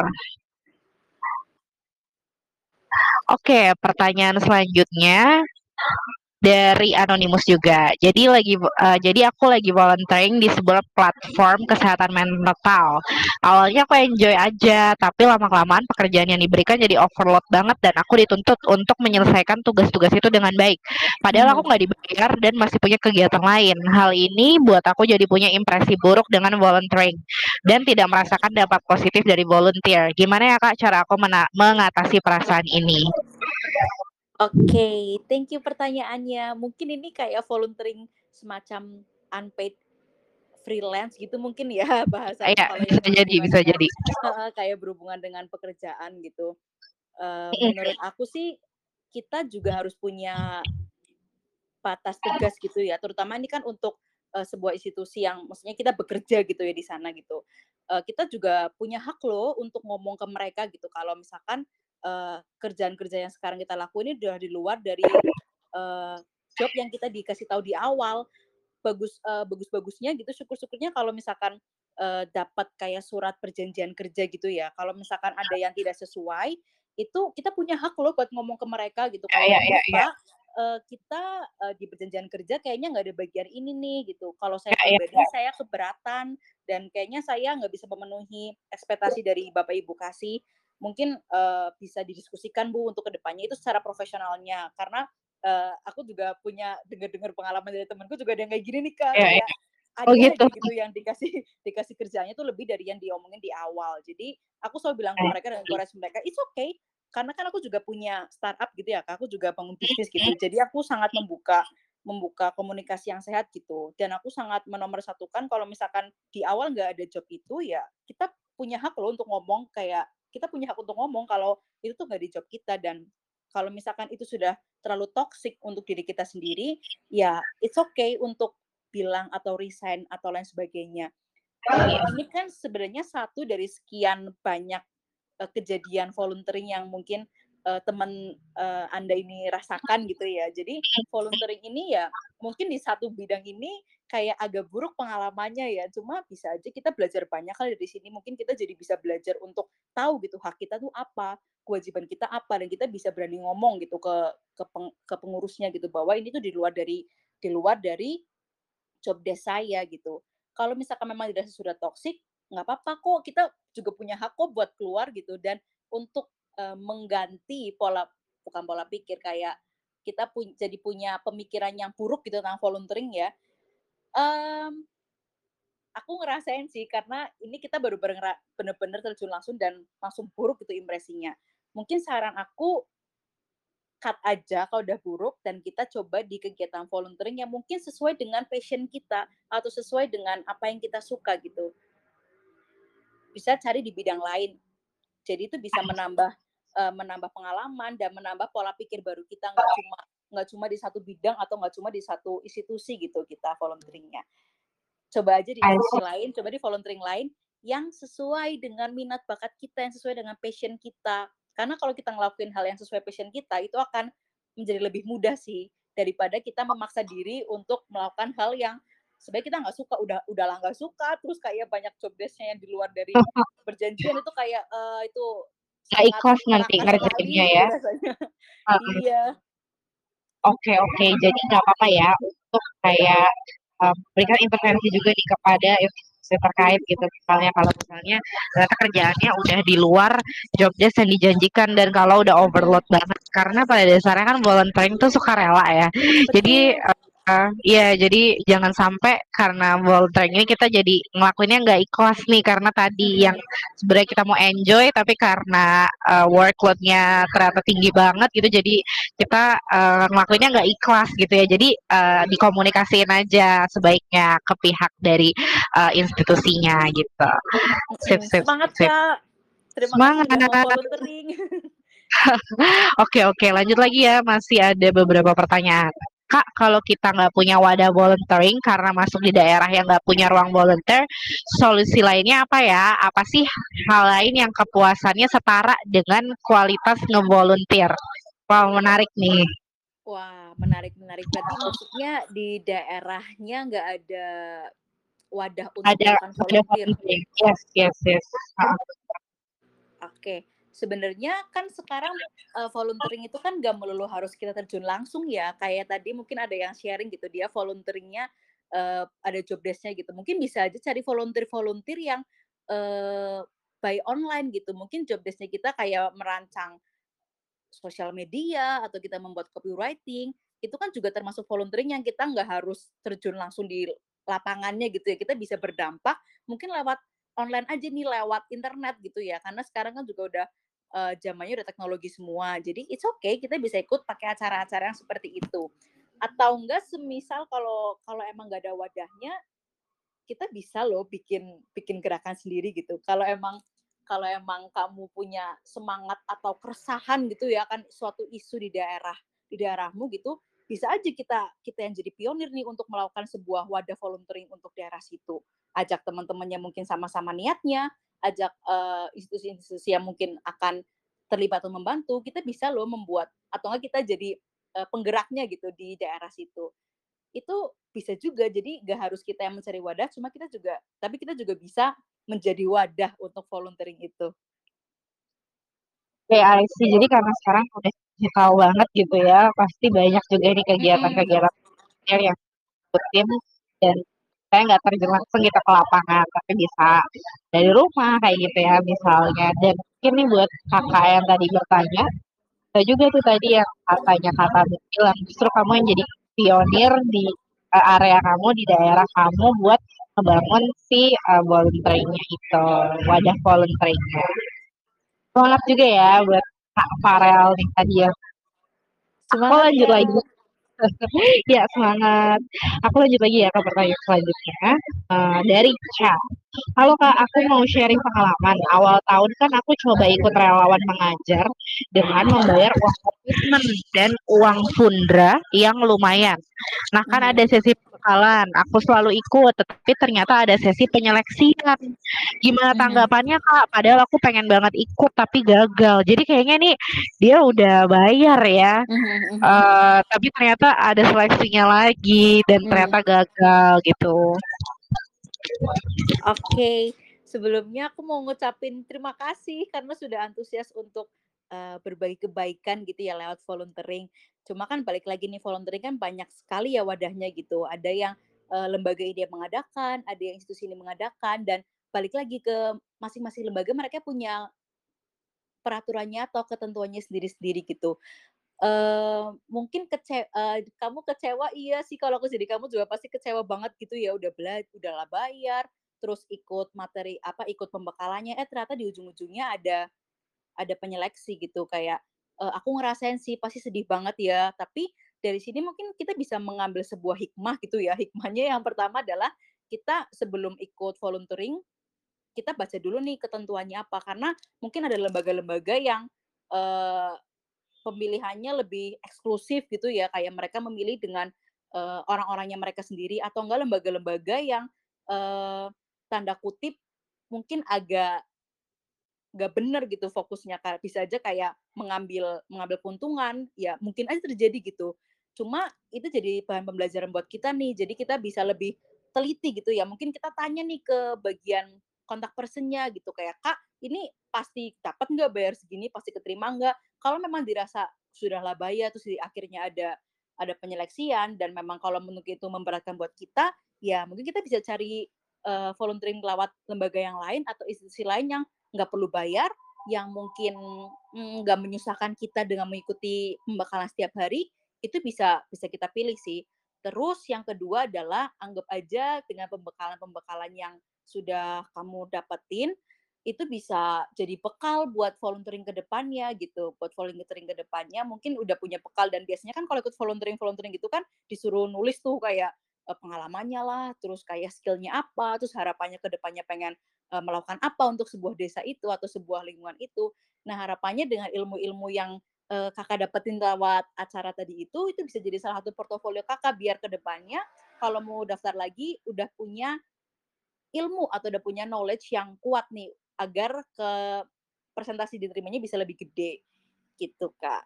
Oke, pertanyaan selanjutnya dari anonimus juga. Jadi aku lagi volunteering di sebuah platform kesehatan mental. Awalnya aku enjoy aja, tapi lama-kelamaan pekerjaan yang diberikan jadi overload banget dan aku dituntut untuk menyelesaikan tugas-tugas itu dengan baik. Padahal aku Mhm. nggak dibayar dan masih punya kegiatan lain. Hal ini buat aku jadi punya impresi buruk dengan volunteering dan tidak merasakan dampak positif dari volunteer. Gimana ya Kak cara aku mengatasi perasaan ini? Oke, thank you pertanyaannya. Mungkin ini kayak volunteering semacam unpaid freelance gitu mungkin ya bahasanya Ya, kalau yang bisa jadi, berhubungan bisa dengan jadi. heeh, kayak berhubungan dengan pekerjaan gitu. Mm-mm. Menurut aku sih kita juga harus punya batas tegas gitu ya, terutama ini kan untuk, sebuah institusi yang maksudnya kita bekerja gitu ya di sana gitu. Kita juga punya hak loh untuk ngomong ke mereka gitu kalau misalkan, kerjaan-kerjaan yang sekarang kita lakuin ini udah di luar dari, eee, job yang kita dikasih tahu di awal. Bagus-bagusnya gitu syukur-syukurnya kalau misalkan, dapat kayak surat perjanjian kerja gitu ya, kalau misalkan ada yang tidak sesuai, itu kita punya hak loh buat ngomong ke mereka gitu, Ya, kalau ya, ya, ini ya, Pak, kita, di perjanjian kerja kayaknya nggak ada bagian ini nih gitu. Kalau saya ya, ya. pribadi saya keberatan dan kayaknya saya nggak bisa memenuhi ekspektasi dari Bapak Ibu kasih. Mungkin, bisa didiskusikan Bu untuk kedepannya itu secara profesionalnya. Karena, aku juga punya dengar-dengar pengalaman dari temenku juga ada yang kayak gini nih Kak, Ya, ya. kayak Oh ada gitu. aja gitu yang dikasih dikasih kerjaannya tuh lebih dari yang diomongin di awal. Jadi aku selalu bilang ke mereka dan encourage mereka, "It's okay." Karena kan aku juga punya startup gitu ya Kak, aku juga bangun bisnis gitu. Jadi aku sangat membuka membuka komunikasi yang sehat gitu, dan aku sangat menomorsatukan kalau misalkan di awal nggak ada job itu, ya kita punya hak loh untuk ngomong kayak kita punya hak untuk ngomong kalau itu tuh nggak di job kita dan kalau misalkan itu sudah terlalu toxic untuk diri kita sendiri, ya it's okay untuk bilang atau resign atau lain sebagainya. Ini kan sebenarnya satu dari sekian banyak, kejadian volunteering yang mungkin, teman, Anda ini rasakan gitu ya. Jadi volunteering ini ya mungkin di satu bidang ini kayak agak buruk pengalamannya ya, cuma bisa aja kita belajar banyak hal dari sini. Mungkin kita jadi bisa belajar untuk tahu gitu hak kita tuh apa, kewajiban kita apa, dan kita bisa berani ngomong gitu ke pengurusnya gitu, bahwa ini tuh di luar dari job desk saya gitu. Kalau misalkan memang dirasa sudah toksik, nggak apa-apa kok, kita juga punya hak kok buat keluar gitu dan untuk, mengganti bukan pola pikir, kayak kita jadi punya pemikiran yang buruk gitu tentang volunteering ya, mmm, aku ngerasain sih karena ini kita baru bener-bener terjun langsung dan langsung buruk gitu impresinya. Mungkin saran aku cut aja kalau udah buruk dan kita coba di kegiatan volunteering yang mungkin sesuai dengan passion kita atau sesuai dengan apa yang kita suka gitu. Bisa cari di bidang lain. Jadi itu bisa menambah menambah pengalaman dan menambah pola pikir baru kita, nggak cuma di satu bidang atau nggak cuma di satu institusi gitu kita volunteering-nya. Coba aja di I institusi see. lain, coba di volunteering lain yang sesuai dengan minat bakat kita, yang sesuai dengan passion kita. Karena kalau kita ngelakuin hal yang sesuai passion kita, itu akan menjadi lebih mudah sih, daripada kita memaksa diri untuk melakukan hal yang sebenarnya kita nggak suka, udahlah nggak suka, terus kayak banyak job desk-nya yang di luar dari perjanjian itu kayak, itu Nggak sangat ikhlas nanti neraka ngerjainnya sekali gitu ya. rasanya. Heeh. Iya, Oke oke, jadi nggak apa-apa ya untuk kayak, berikan intervensi juga nih kepada institusi terkait gitu. Misalnya kalau misalnya ternyata kerjaannya udah di luar job desk yang dijanjikan dan kalau udah mhm, overload banget. Karena pada dasarnya kan volunteering tuh sukarela ya. Jadi, betul, iya, jadi jangan sampai karena volunteering ini kita jadi ngelakuinnya nggak ikhlas nih karena tadi yang mhm. sebenarnya kita mau enjoy tapi karena, workload-nya ternyata tinggi banget gitu jadi kita, ngelakuinnya nggak ikhlas gitu ya. Jadi, dikomunikasiin aja sebaiknya ke pihak dari, institusinya gitu. Sip sip sip Semangat sip. Kak, terima kasih Semangat. udah mau volunteering. Oke oke, lanjut lagi ya, masih ada beberapa pertanyaan. Kak, kalau kita nggak punya wadah volunteering karena masuk di daerah yang nggak punya ruang volunteer, solusi lainnya apa ya? Apa sih hal lain yang kepuasannya setara dengan kualitas ngevolunteer? Wow, menarik nih. Wah, menarik menarik. Berarti maksudnya di daerahnya nggak ada wadah untuk melakukan Ada volunteer? volunteering. Yes yes yes. Heeh. Oke. Sebenarnya kan sekarang, volunteering itu kan nggak melulu harus kita terjun langsung ya, kayak tadi mungkin ada yang sharing gitu, dia volunteering-nya, ada job desk-nya gitu. Mungkin bisa aja cari volunteer-volunteer yang, by online gitu. Mungkin job desk-nya kita kayak merancang sosial media atau kita membuat copywriting, itu kan juga termasuk volunteering yang kita nggak harus terjun langsung di lapangannya gitu ya. Kita bisa berdampak mungkin lewat online aja nih, lewat internet gitu ya. Karena sekarang kan juga udah, zamannya udah teknologi semua. Jadi it's okay kita bisa ikut pakai acara-acara yang seperti itu. Atau enggak semisal kalau kalau emang nggak ada wadahnya, kita bisa loh bikin bikin gerakan sendiri gitu. Kalau emang kamu punya semangat atau keresahan gitu ya kan suatu isu di daerahmu gitu, bisa aja kita kita yang jadi pionir nih untuk melakukan sebuah wadah volunteering untuk daerah situ. Ajak teman-temannya mungkin sama-sama niatnya, ajak, institusi-institusi yang mungkin akan terlibat atau membantu, kita bisa loh membuat atau enggak kita jadi, penggeraknya gitu di daerah situ. Itu bisa juga, jadi nggak harus kita yang mencari wadah, tapi kita juga bisa menjadi wadah untuk volunteering itu. Oke, I see. Jadi karena sekarang udah digital banget gitu ya, pasti banyak juga nih Mhm, kegiatan-kegiatan volunteer yang ikutin dan saya nggak terjun langsung gitu ke lapangan, tapi bisa dari rumah kayak gitu ya misalnya. Dan mungkin nih buat kakak yang tadi bertanya, ada juga tuh tadi yang katanya kakak bilang justru kamu yang jadi pionir di area kamu di daerah kamu buat ngebangun si volunteeringnya itu, wadah volunteeringnya. Semangat juga ya buat Kak Farel nih tadi ya. Aku semangat lanjut lagi. Kak. Ya, semangat. Aku lanjut lagi ya ke pertanyaan selanjutnya. Dari Cha. Halo Kak, aku mau sharing pengalaman. Awal tahun kan aku coba ikut relawan mengajar dengan membayar uang komitmen dan uang fundra yang lumayan. Nah kan Mhm, ada sesi pembekalan, aku selalu ikut, tetapi ternyata ada sesi penyeleksian. Gimana mhm, tanggapannya Kak? Padahal aku pengen banget ikut tapi gagal. Jadi kayaknya nih dia udah bayar ya, mhm mhm tapi ternyata ada seleksinya lagi dan mhm. ternyata gagal gitu. Oke, sebelumnya aku mau ngucapin terima kasih karena sudah antusias untuk, berbagi kebaikan gitu ya lewat volunteering. Cuma kan balik lagi nih volunteering kan banyak sekali ya wadahnya gitu. Ada yang, lembaga ini yang mengadakan, ada yang institusi ini mengadakan, dan balik lagi ke masing-masing lembaga mereka punya peraturannya atau ketentuannya sendiri-sendiri gitu. Mungkin kamu kecewa iya sih kalau aku jadi kamu juga pasti kecewa banget gitu ya, udahlah bayar, terus ikut materi apa, ikut pembekalannya, ternyata di ujung-ujungnya ada penyeleksi gitu kayak, aku ngerasain sih pasti sedih banget ya, tapi dari sini mungkin kita bisa mengambil sebuah hikmah gitu ya. Hikmahnya yang pertama adalah kita sebelum ikut volunteering, kita baca dulu nih ketentuannya apa, karena mungkin ada lembaga-lembaga yang, eee, pemilihannya lebih eksklusif gitu ya, kayak mereka memilih dengan, orang-orangnya mereka sendiri atau enggak lembaga-lembaga yang, eee, tanda kutip mungkin agak nggak bener gitu fokusnya, Kak. Bisa aja kayak mengambil mengambil keuntungan, ya mungkin aja terjadi gitu. Cuma itu jadi bahan pembelajaran buat kita nih, jadi kita bisa lebih teliti gitu ya. Mungkin kita tanya nih ke bagian kontak person-nya gitu, kayak, "Kak, ini pasti dapat nggak bayar segini? Pasti keterima nggak?" Kalau memang dirasa sudahlah bayar, terus di akhirnya ada penyeleksian dan memang kalau menurut itu memberatkan buat kita, ya mungkin kita bisa cari, volunteering lewat lembaga yang lain atau institusi lain yang nggak perlu bayar, yang mungkin, nggak menyusahkan kita dengan mengikuti pembekalan setiap hari, itu bisa bisa kita pilih sih. Terus yang kedua adalah anggap aja dengan pembekalan-pembekalan yang sudah kamu dapetin, itu bisa jadi bekal buat volunteering ke depannya gitu, buat volunteering ke depannya mungkin udah punya bekal dan biasanya kan kalau ikut volunteering-volunteering gitu kan disuruh nulis tuh kayak, pengalamannya lah, terus kayak skill-nya apa, terus harapannya ke depannya pengen melakukan apa untuk sebuah desa itu atau sebuah lingkungan itu. Nah, harapannya dengan ilmu-ilmu yang, Kakak dapetin lewat acara tadi itu bisa jadi salah satu portofolio Kakak biar ke depannya kalau mau daftar lagi udah punya ilmu atau udah punya knowledge yang kuat nih, agar presentasi diterimanya bisa lebih gede, gitu, Kak.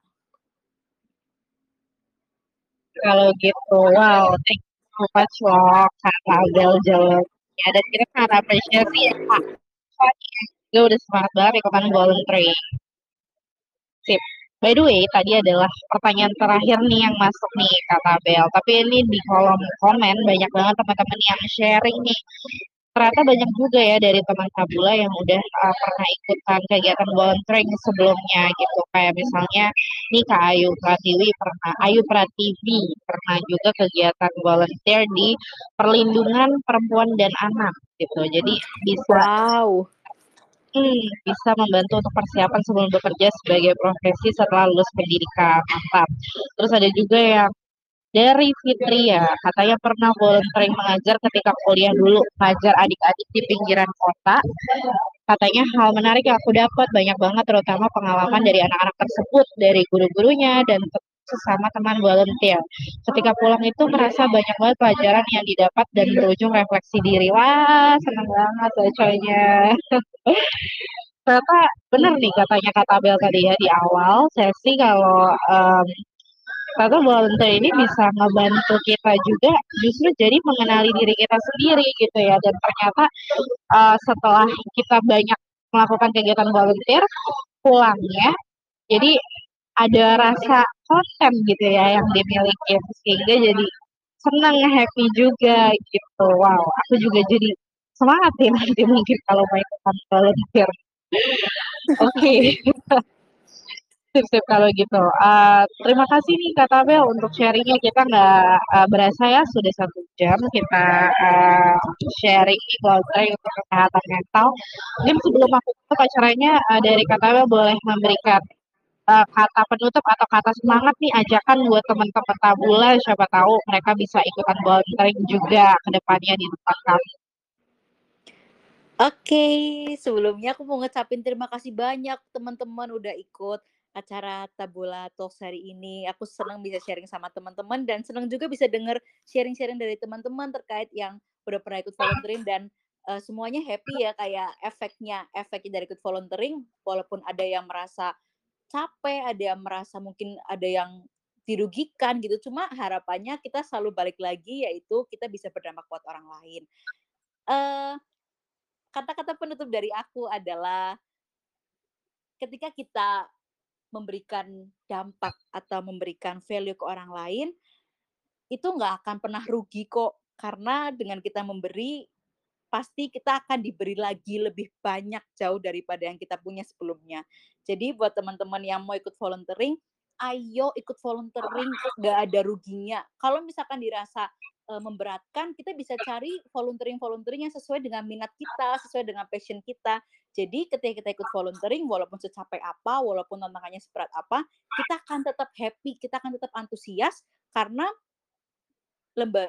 Kalau gitu, wow, thank you so much loh Kak Abel jawabnya dan kita sangat apresiasi ya Kak. Soalnya juga udah semangat banget ikutan volunteering. Sip. By the way, tadi adalah pertanyaan terakhir nih yang masuk nih kata Bel. Tapi ini di kolom komen banyak banget teman-teman yang sharing nih. Ternyata banyak juga ya dari teman Tabula yang udah pernah ikutan kegiatan volunteering sebelumnya gitu. Kayak misalnya nih Kak Ayu Pratiwi pernah, Ayu Prativi pernah juga kegiatan volunteer di perlindungan perempuan dan anak gitu. Jadi bisa Wow. bisa membantu untuk persiapan sebelum bekerja sebagai profesi setelah lulus pendidikan. Mantap. Terus ada juga yang dari Fitri ya, katanya pernah volunteering mengajar ketika kuliah dulu, ngajar adik-adik di pinggiran kota. Katanya hal menarik yang aku dapat banyak banget, terutama pengalaman dari anak-anak tersebut, dari guru-gurunya dan sesama teman volunteer. Ketika pulang itu merasa banyak banget pelajaran yang didapat dan berujung refleksi diri. Wah, senang banget bacanya. Ternyata benar nih katanya kata Bel tadi ya di awal sesi kalau ternyata volunteer ini bisa ngebantu kita juga justru jadi mengenali diri kita sendiri gitu ya dan ternyata setelah kita banyak melakukan kegiatan volunteer pulangnya jadi ada rasa konten gitu ya yang dimiliki sehingga jadi senang happy juga gitu. Wow, aku juga jadi semangat nih nanti mungkin kalau mau ikutan volunteer. Oke, sip-sip kalau gitu. Terima kasih nih Kak Tabel untuk sharingnya. Kita nggak berasa ya sudah 1 jam kita sharing volunteering untuk kesehatan mental. Mungkin sebelum aku tutup acaranya dari Kak Tabel boleh memberikan kata penutup atau kata semangat nih ajakan buat teman-teman Tabula. Siapa tahu mereka bisa ikutan volunteering juga ke depannya di tempat kami. Oke, sebelumnya aku mau ngucapin terima kasih banyak teman-teman udah ikut acara Tabula Talks hari ini. Aku senang bisa sharing sama teman-teman dan senang juga bisa denger sharing-sharing dari teman-teman terkait yang udah pernah ikut volunteering dan semuanya happy ya kayak efeknya dari ikut volunteering walaupun ada yang merasa capek, ada yang merasa mungkin ada yang dirugikan gitu. Cuma harapannya kita selalu balik lagi yaitu kita bisa berdampak buat orang lain. Eh Kata-kata penutup dari aku adalah, ketika kita memberikan dampak atau memberikan value ke orang lain, itu nggak akan pernah rugi kok. Karena dengan kita memberi, pasti kita akan diberi lagi lebih banyak jauh daripada yang kita punya sebelumnya. Jadi buat teman-teman yang mau ikut volunteering, ayo ikut volunteering, nggak ada ruginya. Kalau misalkan dirasa memberatkan, kita bisa cari volunteering-volunteering yang sesuai dengan minat kita, sesuai dengan passion kita. Jadi ketika kita ikut volunteering, walaupun secapek apa, walaupun tantangannya seberat apa, kita akan tetap happy, kita akan tetap antusias karena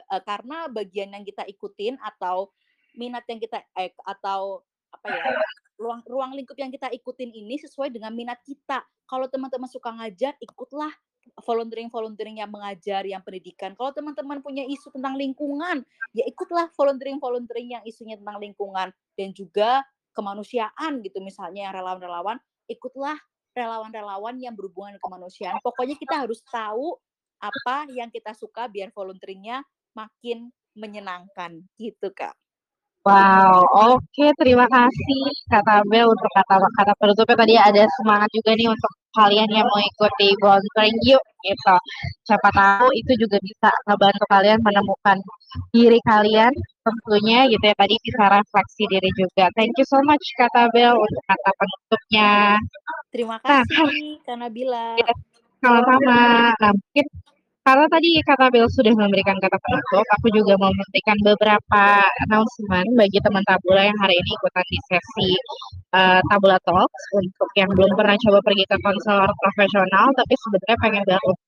karena bagian yang kita ikutin atau minat yang kita atau apa ya, ruang lingkup yang kita ikutin ini sesuai dengan minat kita. Kalau teman-teman suka ngajar, ikutlah volunteering yang mengajar, yang pendidikan. Kalau teman-teman punya isu tentang lingkungan, ya ikutlah volunteering yang isunya tentang lingkungan dan juga kemanusiaan gitu misalnya yang relawan-relawan, ikutlah relawan-relawan yang berhubungan dengan kemanusiaan. Pokoknya kita harus tahu apa yang kita suka biar volunteeringnya makin menyenangkan gitu, Kak. Wow, oke, terima kasih Kak Tabel untuk kata-kata penutupnya. Tadi ada semangat juga nih untuk kalian yang mau ikuti volunteering yuk gitu. Siapa tahu itu juga bisa ngebantu kalian menemukan diri kalian tentunya gitu ya. Tadi bisa refleksi diri juga. Thank you so much Kak Tabel untuk kata penutupnya. Terima Nah, kasih, Kak Nabila. kita sama-sama. Nah, mungkin karena tadi Kak Tabel sudah memberikan kata penutup, aku juga mau memberikan beberapa announcement bagi teman Tabula yang hari ini ikutan di sesi Tabula Talks. Untuk yang belum pernah coba pergi ke konselor profesional, tapi sebenarnya pengen banget untuk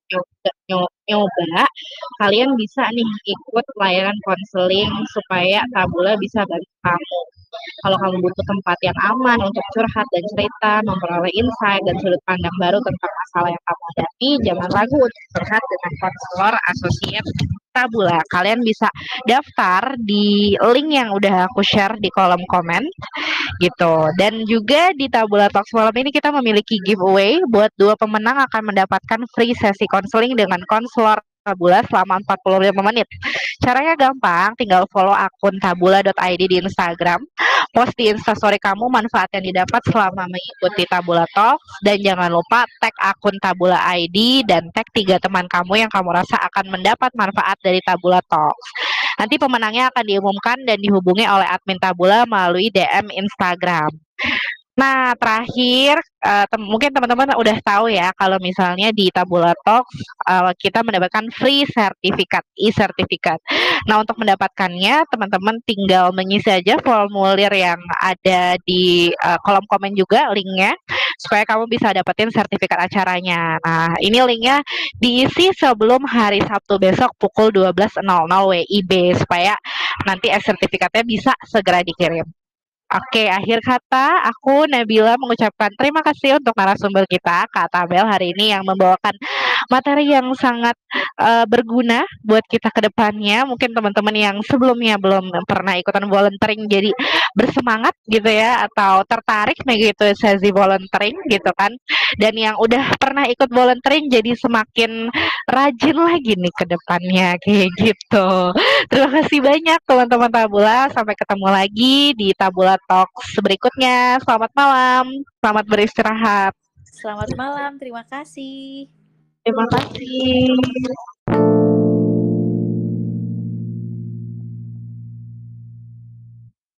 nyoba, kalian bisa nih ikut layanan konseling supaya Tabula bisa bantu kamu. Kalau kamu butuh tempat yang aman untuk curhat dan cerita, memperoleh insight dan sudut pandang baru tentang masalah yang kamu hadapi, jangan ragu untuk curhat dengan konselor asosiat Tabula. Kalian bisa daftar di link yang udah aku share di kolom komen gitu. Dan juga di Tabula Talks malam ini kita memiliki giveaway buat 2 pemenang akan mendapatkan free sesi konseling dengan konselor Tabula selama 45 menit. Caranya gampang, tinggal follow akun tabula.id di Instagram, post di Instastory kamu manfaat yang didapat selama mengikuti Tabula Talks, dan jangan lupa tag akun Tabula ID dan tag 3 teman kamu yang kamu rasa akan mendapat manfaat dari Tabula Talks. Nanti pemenangnya akan diumumkan dan dihubungi oleh admin Tabula melalui DM Instagram. Nah, terakhir mungkin teman-teman udah tahu ya kalau misalnya di Tabula Talks kita mendapatkan free sertifikat, e-sertifikat. Nah, untuk mendapatkannya teman-teman tinggal mengisi aja formulir yang ada di kolom komen juga linknya supaya kamu bisa dapetin sertifikat acaranya. Nah, ini linknya diisi sebelum hari Sabtu besok pukul 12.00 WIB supaya nanti sertifikatnya bisa segera dikirim. Oke, akhir kata aku Nabila mengucapkan terima kasih untuk narasumber kita Kak Tabel hari ini yang membawakan materi yang sangat berguna buat kita ke depannya. Mungkin teman-teman yang sebelumnya belum pernah ikutan volunteering jadi bersemangat gitu ya atau tertarik mengikuti sesi volunteering gitu kan. Dan yang udah pernah ikut volunteering jadi semakin rajin lagi nih ke depannya kayak gitu. Terima kasih banyak teman-teman Tabula. Sampai ketemu lagi di Tabula Talks berikutnya. Selamat malam. Selamat beristirahat. Selamat malam, terima kasih. Terima kasih.